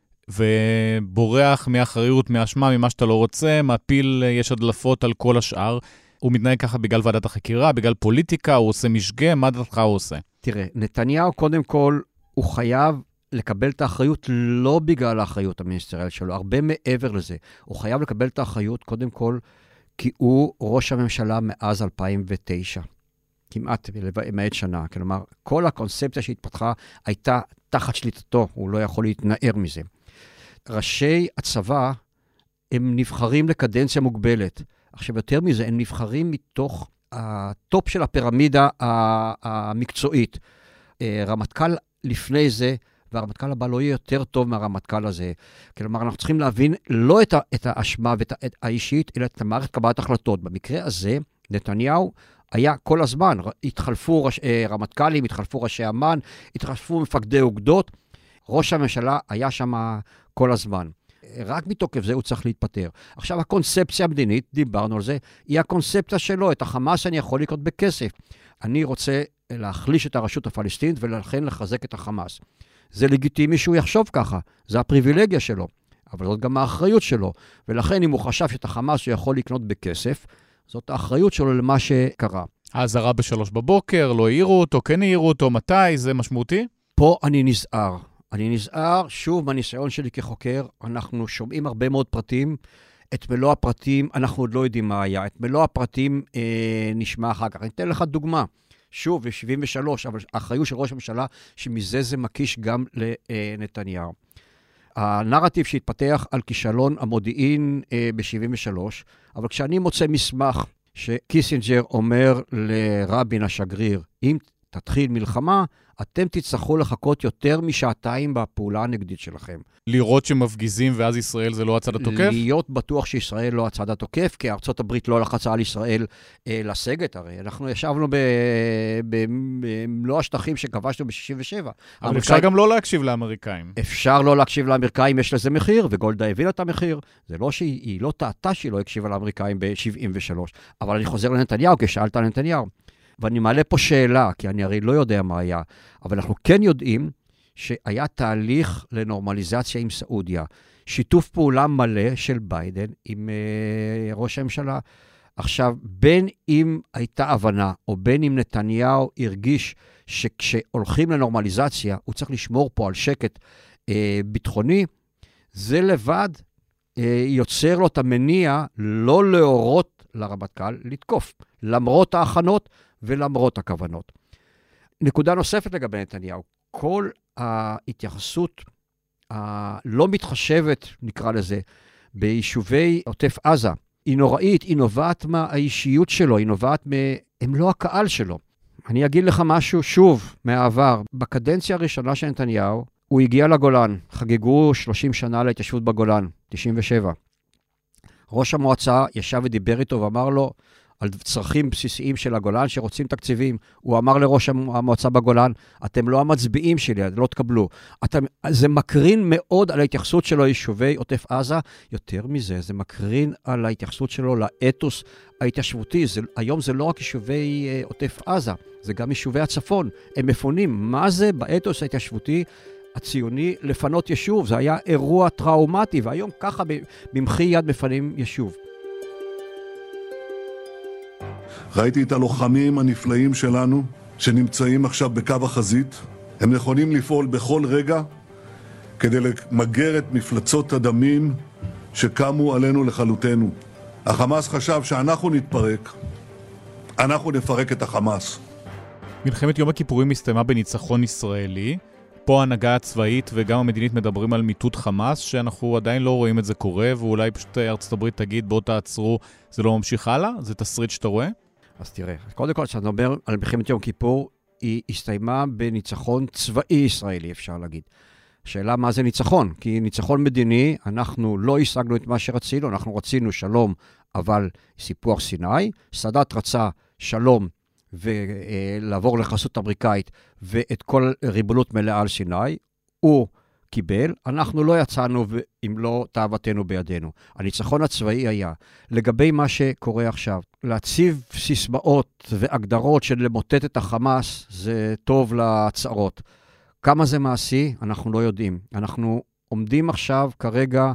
ובורח מאחריות, מאשמה, ממה שאתה לא רוצה, מפיל, יש הדלפות על כל השאר, הוא מתנהג ככה בגלל ועדת החקירה, בגלל פוליטיקה, הוא עושה משגה, מה דעתך הוא עושה? תראה, נתניהו קודם כל, הוא חייב לקבל את האחריות לא בגלל האחריות המיניסטריאלית שלו, הרבה מעבר לזה. הוא חייב לקבל את האחריות קודם כל, כי הוא ראש הממשלה מאז 2009. כמעט למעט שנה. כלומר, כל הקונספציה שהתפתחה הייתה תחת שליטתו, הוא לא יכול להתנער מזה. ראשי הצבא הם נבחרים לקדנציה מוגבלת. עכשיו, יותר מזה, הם נבחרים מתוך הטופ של הפירמידה המקצועית. רמטכ"ל לפני זה, והרמטכ"ל הבא לא יהיה יותר טוב מהרמטכ"ל הזה. כלומר, אנחנו צריכים להבין לא את האשמה ואת האישית, אלא את המערכת קבלת החלטות. במקרה הזה, נתניהו היה כל הזמן, התחלפו רמטכ"לים, התחלפו ראשי אמ"ן, התחלפו מפקדי אוגדות, ראש הממשלה היה שם כל הזמן. רק מתוקף זה הוא צריך להתפטר. עכשיו, הקונספציה המדינית, דיברנו על זה, היא הקונספציה שלו, את החמאס אני יכול לקנות בכסף. אני רוצה להחליש את הרשות הפלסטינית ולכן לחזק את החמאס. זה לגיטימי שהוא יחשוב ככה, זה הפריבילגיה שלו, אבל זאת גם האחריות שלו, ולכן אם הוא חשב שאת החמאס הוא יכול לקנות בכסף, זאת האחריות שלו למה שקרה. האזהרה ב3 בבוקר, לא העירו אותו, כן העירו אותו, מתי, זה משמעותי? פה אני נזהר. אני נזהר, שוב, בניסיון שלי כחוקר, אנחנו שומעים הרבה מאוד פרטים, את מלוא הפרטים, אנחנו עוד לא יודעים מה היה, את מלוא הפרטים נשמע אחר כך. אני אתן לך דוגמה, שוב, ב-73, אבל האחריות של ראש הממשלה, שמזה זה מקיש גם לנתניהו. הנרטיב שהתפתח על כישלון המודיעין ב-73, אבל כשאני מוצא מסמך שקיסינג'ר אומר לרבין השגריר, אם תתחיל מלחמה, אתם תצטרכו לחכות יותר משעתיים בפעולה הנגדית שלכם. לראות שמפגיזים ואז ישראל זה לא הצד התוקף? להיות בטוח שישראל לא הצד התוקף, כי ארצות הברית לא לחצה על ישראל לסגת, הרי אנחנו ישבנו במלוא השטחים שכבשנו ב-67. אבל אפשר גם לא להקשיב לאמריקאים. אפשר לא להקשיב לאמריקאים, יש לזה מחיר, וגולדה הבינה את המחיר. זה לא שהיא לא טעתה שהיא לא הקשיבה לאמריקאים ב-73. אבל אני חוזר לנתניהו, כשאלת על נתניהו. ואני מעלה פה שאלה, כי אני הרי לא יודע מה היה, אבל אנחנו כן יודעים שהיה תהליך לנורמליזציה עם סעודיה, שיתוף פעולה מלא של ביידן עם ראש הממשלה. עכשיו, בין אם הייתה הבנה, או בין אם נתניהו הרגיש שכשהולכים לנורמליזציה, הוא צריך לשמור פה על שקט ביטחוני, זה לבד יוצר לו את המניע לא להורות לרמטכ"ל לתקוף, למרות ההכנות ולמרות הכוונות. נקודה נוספת לגבי נתניהו, כל ההתייחסות הלא מתחשבת, נקרא לזה, ביישובי עוטף עזה, היא נוראית, היא נובעת מהאישיות שלו, היא נובעת הם לא הקהל שלו. אני אגיד לך משהו שוב מהעבר. בקדנציה הראשונה של נתניהו, הוא הגיע לגולן, חגגו 30 שנה להתיישבות בגולן, 97. ראש המועצה ישב ודיבר איתו ואמר לו, על צרכים בסיסיים של הגולן שרוצים תקציבים. הוא אמר לראש המועצה בגולן, אתם לא המצביעים שלי, אתם לא תקבלו. זה מקרין מאוד על ההתייחסות שלו ליישובי עוטף עזה. יותר מזה, זה מקרין על ההתייחסות שלו לאתוס ההתיישבותי. היום זה לא רק יישובי עוטף עזה, זה גם יישובי הצפון. הם מפונים. מה זה באתוס ההתיישבותי הציוני לפנות יישוב? זה היה אירוע טראומטי, והיום ככה במחי יד מפנים יישוב. ראיתי את הלוחמים הנפלאים שלנו שנמצאים עכשיו בקו החזית. הם נכונים לפעול בכל רגע כדי למגר את מפלצות הדמים שקמו עלינו לכלותנו. החמאס חשב שאנחנו נתפרק, אנחנו נפרק את החמאס. מלחמת יום הכיפורים הסתיימה בניצחון ישראלי. פה ההנהגה הצבאית וגם המדינית מדברים על מיטוט חמאס, שאנחנו עדיין לא רואים את זה קורה, ואולי פשוט ארצות הברית תגיד, בוא תעצרו, זה לא ממשיך הלאה? זה תסריט שאתה רואה? אז תראה, קודם כל, כשאתה מדבר על מלחמת יום כיפור, היא הסתיימה בניצחון צבאי ישראלי, אפשר להגיד. שאלה מה זה ניצחון? כי ניצחון מדיני, אנחנו לא השגנו את מה שרצינו, אנחנו רצינו שלום, אבל סיפוח סיני, סאדאת רצה שלום ולעבור לחסות אמריקאית ואת כל ריבונות מלאה על סיני, הוא קיבל, אנחנו לא יצאנו אם לא תאוותנו בידינו. הניצחון הצבאי היה. לגבי מה שקורה עכשיו, להציב סיסמאות והגדרות של למוטט את החמאס, זה טוב להצהרות. כמה זה מעשי? אנחנו לא יודעים. אנחנו עומדים עכשיו כרגע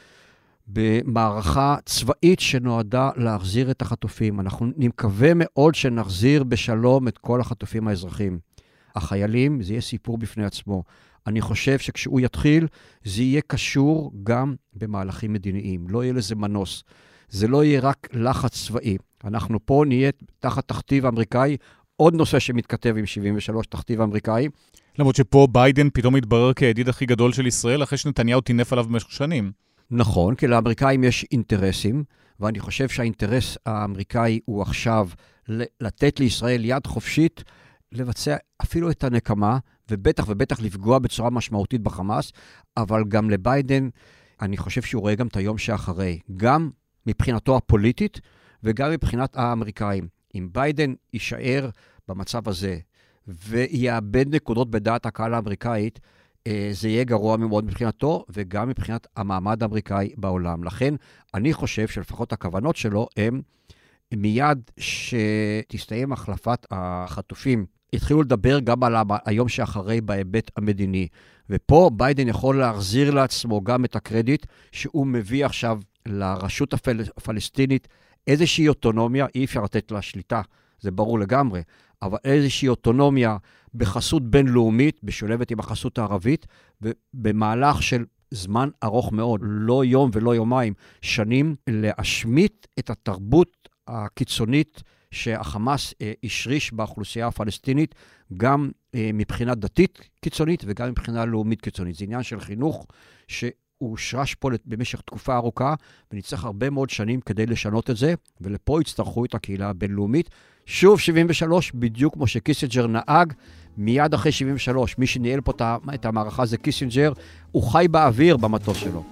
במערכה צבאית שנועדה להחזיר את החטופים. אנחנו נקווה מאוד שנחזיר בשלום את כל החטופים האזרחים. החיילים, זה יהיה סיפור בפני עצמו. אני חושב שכשהוא יתחיל, זה יהיה קשור גם במהלכים מדיניים. לא יהיה לזה מנוס. זה לא יהיה רק לחץ צבאי. אנחנו פה נהיה תחת תכתיב אמריקאי, עוד נושא שמתכתב עם 73, תכתיב אמריקאי. למרות שפה ביידן פתאום מתברר כידיד הכי גדול של ישראל, אחרי שנתניהו תינף עליו במשך שנים. נכון, כי לאמריקאים יש אינטרסים, ואני חושב שהאינטרס האמריקאי הוא עכשיו לתת לישראל יד חופשית, לבצע אפילו את הנקמה, ובטח לפגוע בצורה משמעותית בחמאס, אבל גם לביידן, אני חושב שהוא רואה גם את היום שאחרי, גם מבחינתו הפוליטית, וגם מבחינת האמריקאים. אם ביידן יישאר במצב הזה, ויאבד נקודות בדעת הקהל האמריקאית, זה יהיה גרוע מאוד מבחינתו, וגם מבחינת המעמד האמריקאי בעולם. לכן, אני חושב שלפחות הכוונות שלו הם מיד שתסתיים החלפת החטופים, התחילו לדבר גם על היום שאחרי בהיבט המדיני. ופה ביידן יכול להחזיר לעצמו גם את הקרדיט שהוא מביא עכשיו לרשות הפלסטינית איזושהי אוטונומיה, אי אפשר לתת לה שליטה, זה ברור לגמרי, אבל איזושהי אוטונומיה בחסות בינלאומית, בשולבת עם החסות הערבית, במהלך של זמן ארוך מאוד, לא יום ולא יומיים, שנים, להשמיט את התרבות הקיצונית שהחמאס השריש באוכלוסייה הפלסטינית, גם מבחינה דתית קיצונית וגם מבחינה לאומית קיצונית. זה עניין של חינוך שהוא הושרש פה במשך תקופה ארוכה, ונצטרך הרבה מאוד שנים כדי לשנות את זה, ולפה יצטרכו את הקהילה הבינלאומית. שוב 73, בדיוק כמו שקיסינג'ר נהג, מיד אחרי 73, מי שניהל פה את המערכה זה קיסינג'ר, הוא חי באוויר במטוס שלו.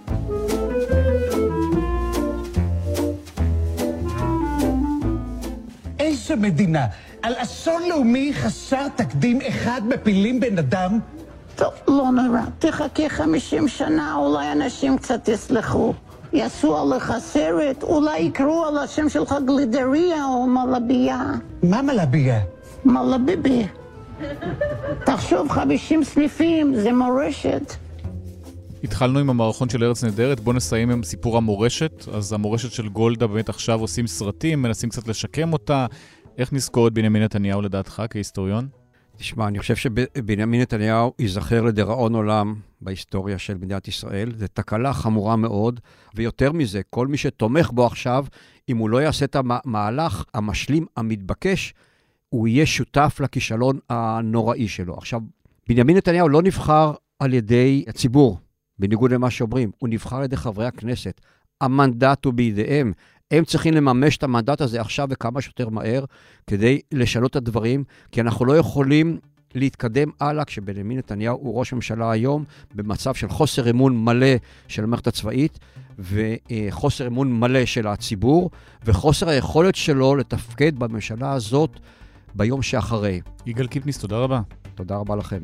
איזה מדינה, על אסון לאומי חסר תקדים אחד מפילים בן אדם? טוב, לא נורא. תחכה 50 שנה, אולי אנשים קצת יסלחו. יעשו עליך סרט, אולי יקראו על השם שלך גלידריה או מלבייה. מה מלבייה? מלביבי. תחשוב, 50 סניפים, זה מורשת. התחלנו עם המערכון של ארץ נהדרת, בוא נסיים עם סיפור המורשת. אז המורשת של גולדה, באמת עכשיו עושים סרטים, מנסים קצת לשקם אותה. איך נזכור את בנימין נתניהו לדעתך כהיסטוריון? תשמע, אני חושב שבנימין נתניהו ייזכר לדיראון עולם בהיסטוריה של מדינת ישראל. זו תקלה חמורה מאוד, ויותר מזה, כל מי שתומך בו עכשיו, אם הוא לא יעשה את המהלך המשלים המתבקש, הוא יהיה שותף לכישלון הנוראי שלו. עכשיו, בנימין נתניהו לא נבחר על ידי הציבור, בניגוד למה שאומרים, הוא נבחר על ידי חברי הכנסת. המנדט הוא בידיהם. הם צריכים לממש את המנדט הזה עכשיו וכמה שיותר מהר, כדי לשנות את הדברים, כי אנחנו לא יכולים להתקדם הלאה, כשבנימין נתניהו הוא ראש ממשלה היום, במצב של חוסר אמון מלא של המערכת הצבאית, וחוסר אמון מלא של הציבור, וחוסר היכולת שלו לתפקד בממשלה הזאת ביום שאחרי. יגאל קיפניס, תודה רבה. תודה רבה לכם.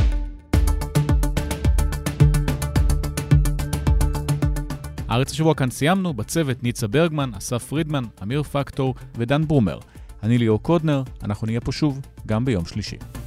הארץ השבוע כאן סיימנו, בצוות ניצה ברגמן, אסף פרידמן, אמיר פקטור ודן ברומר. אני ליאור קודנר, אנחנו נהיה פה שוב גם ביום שלישי.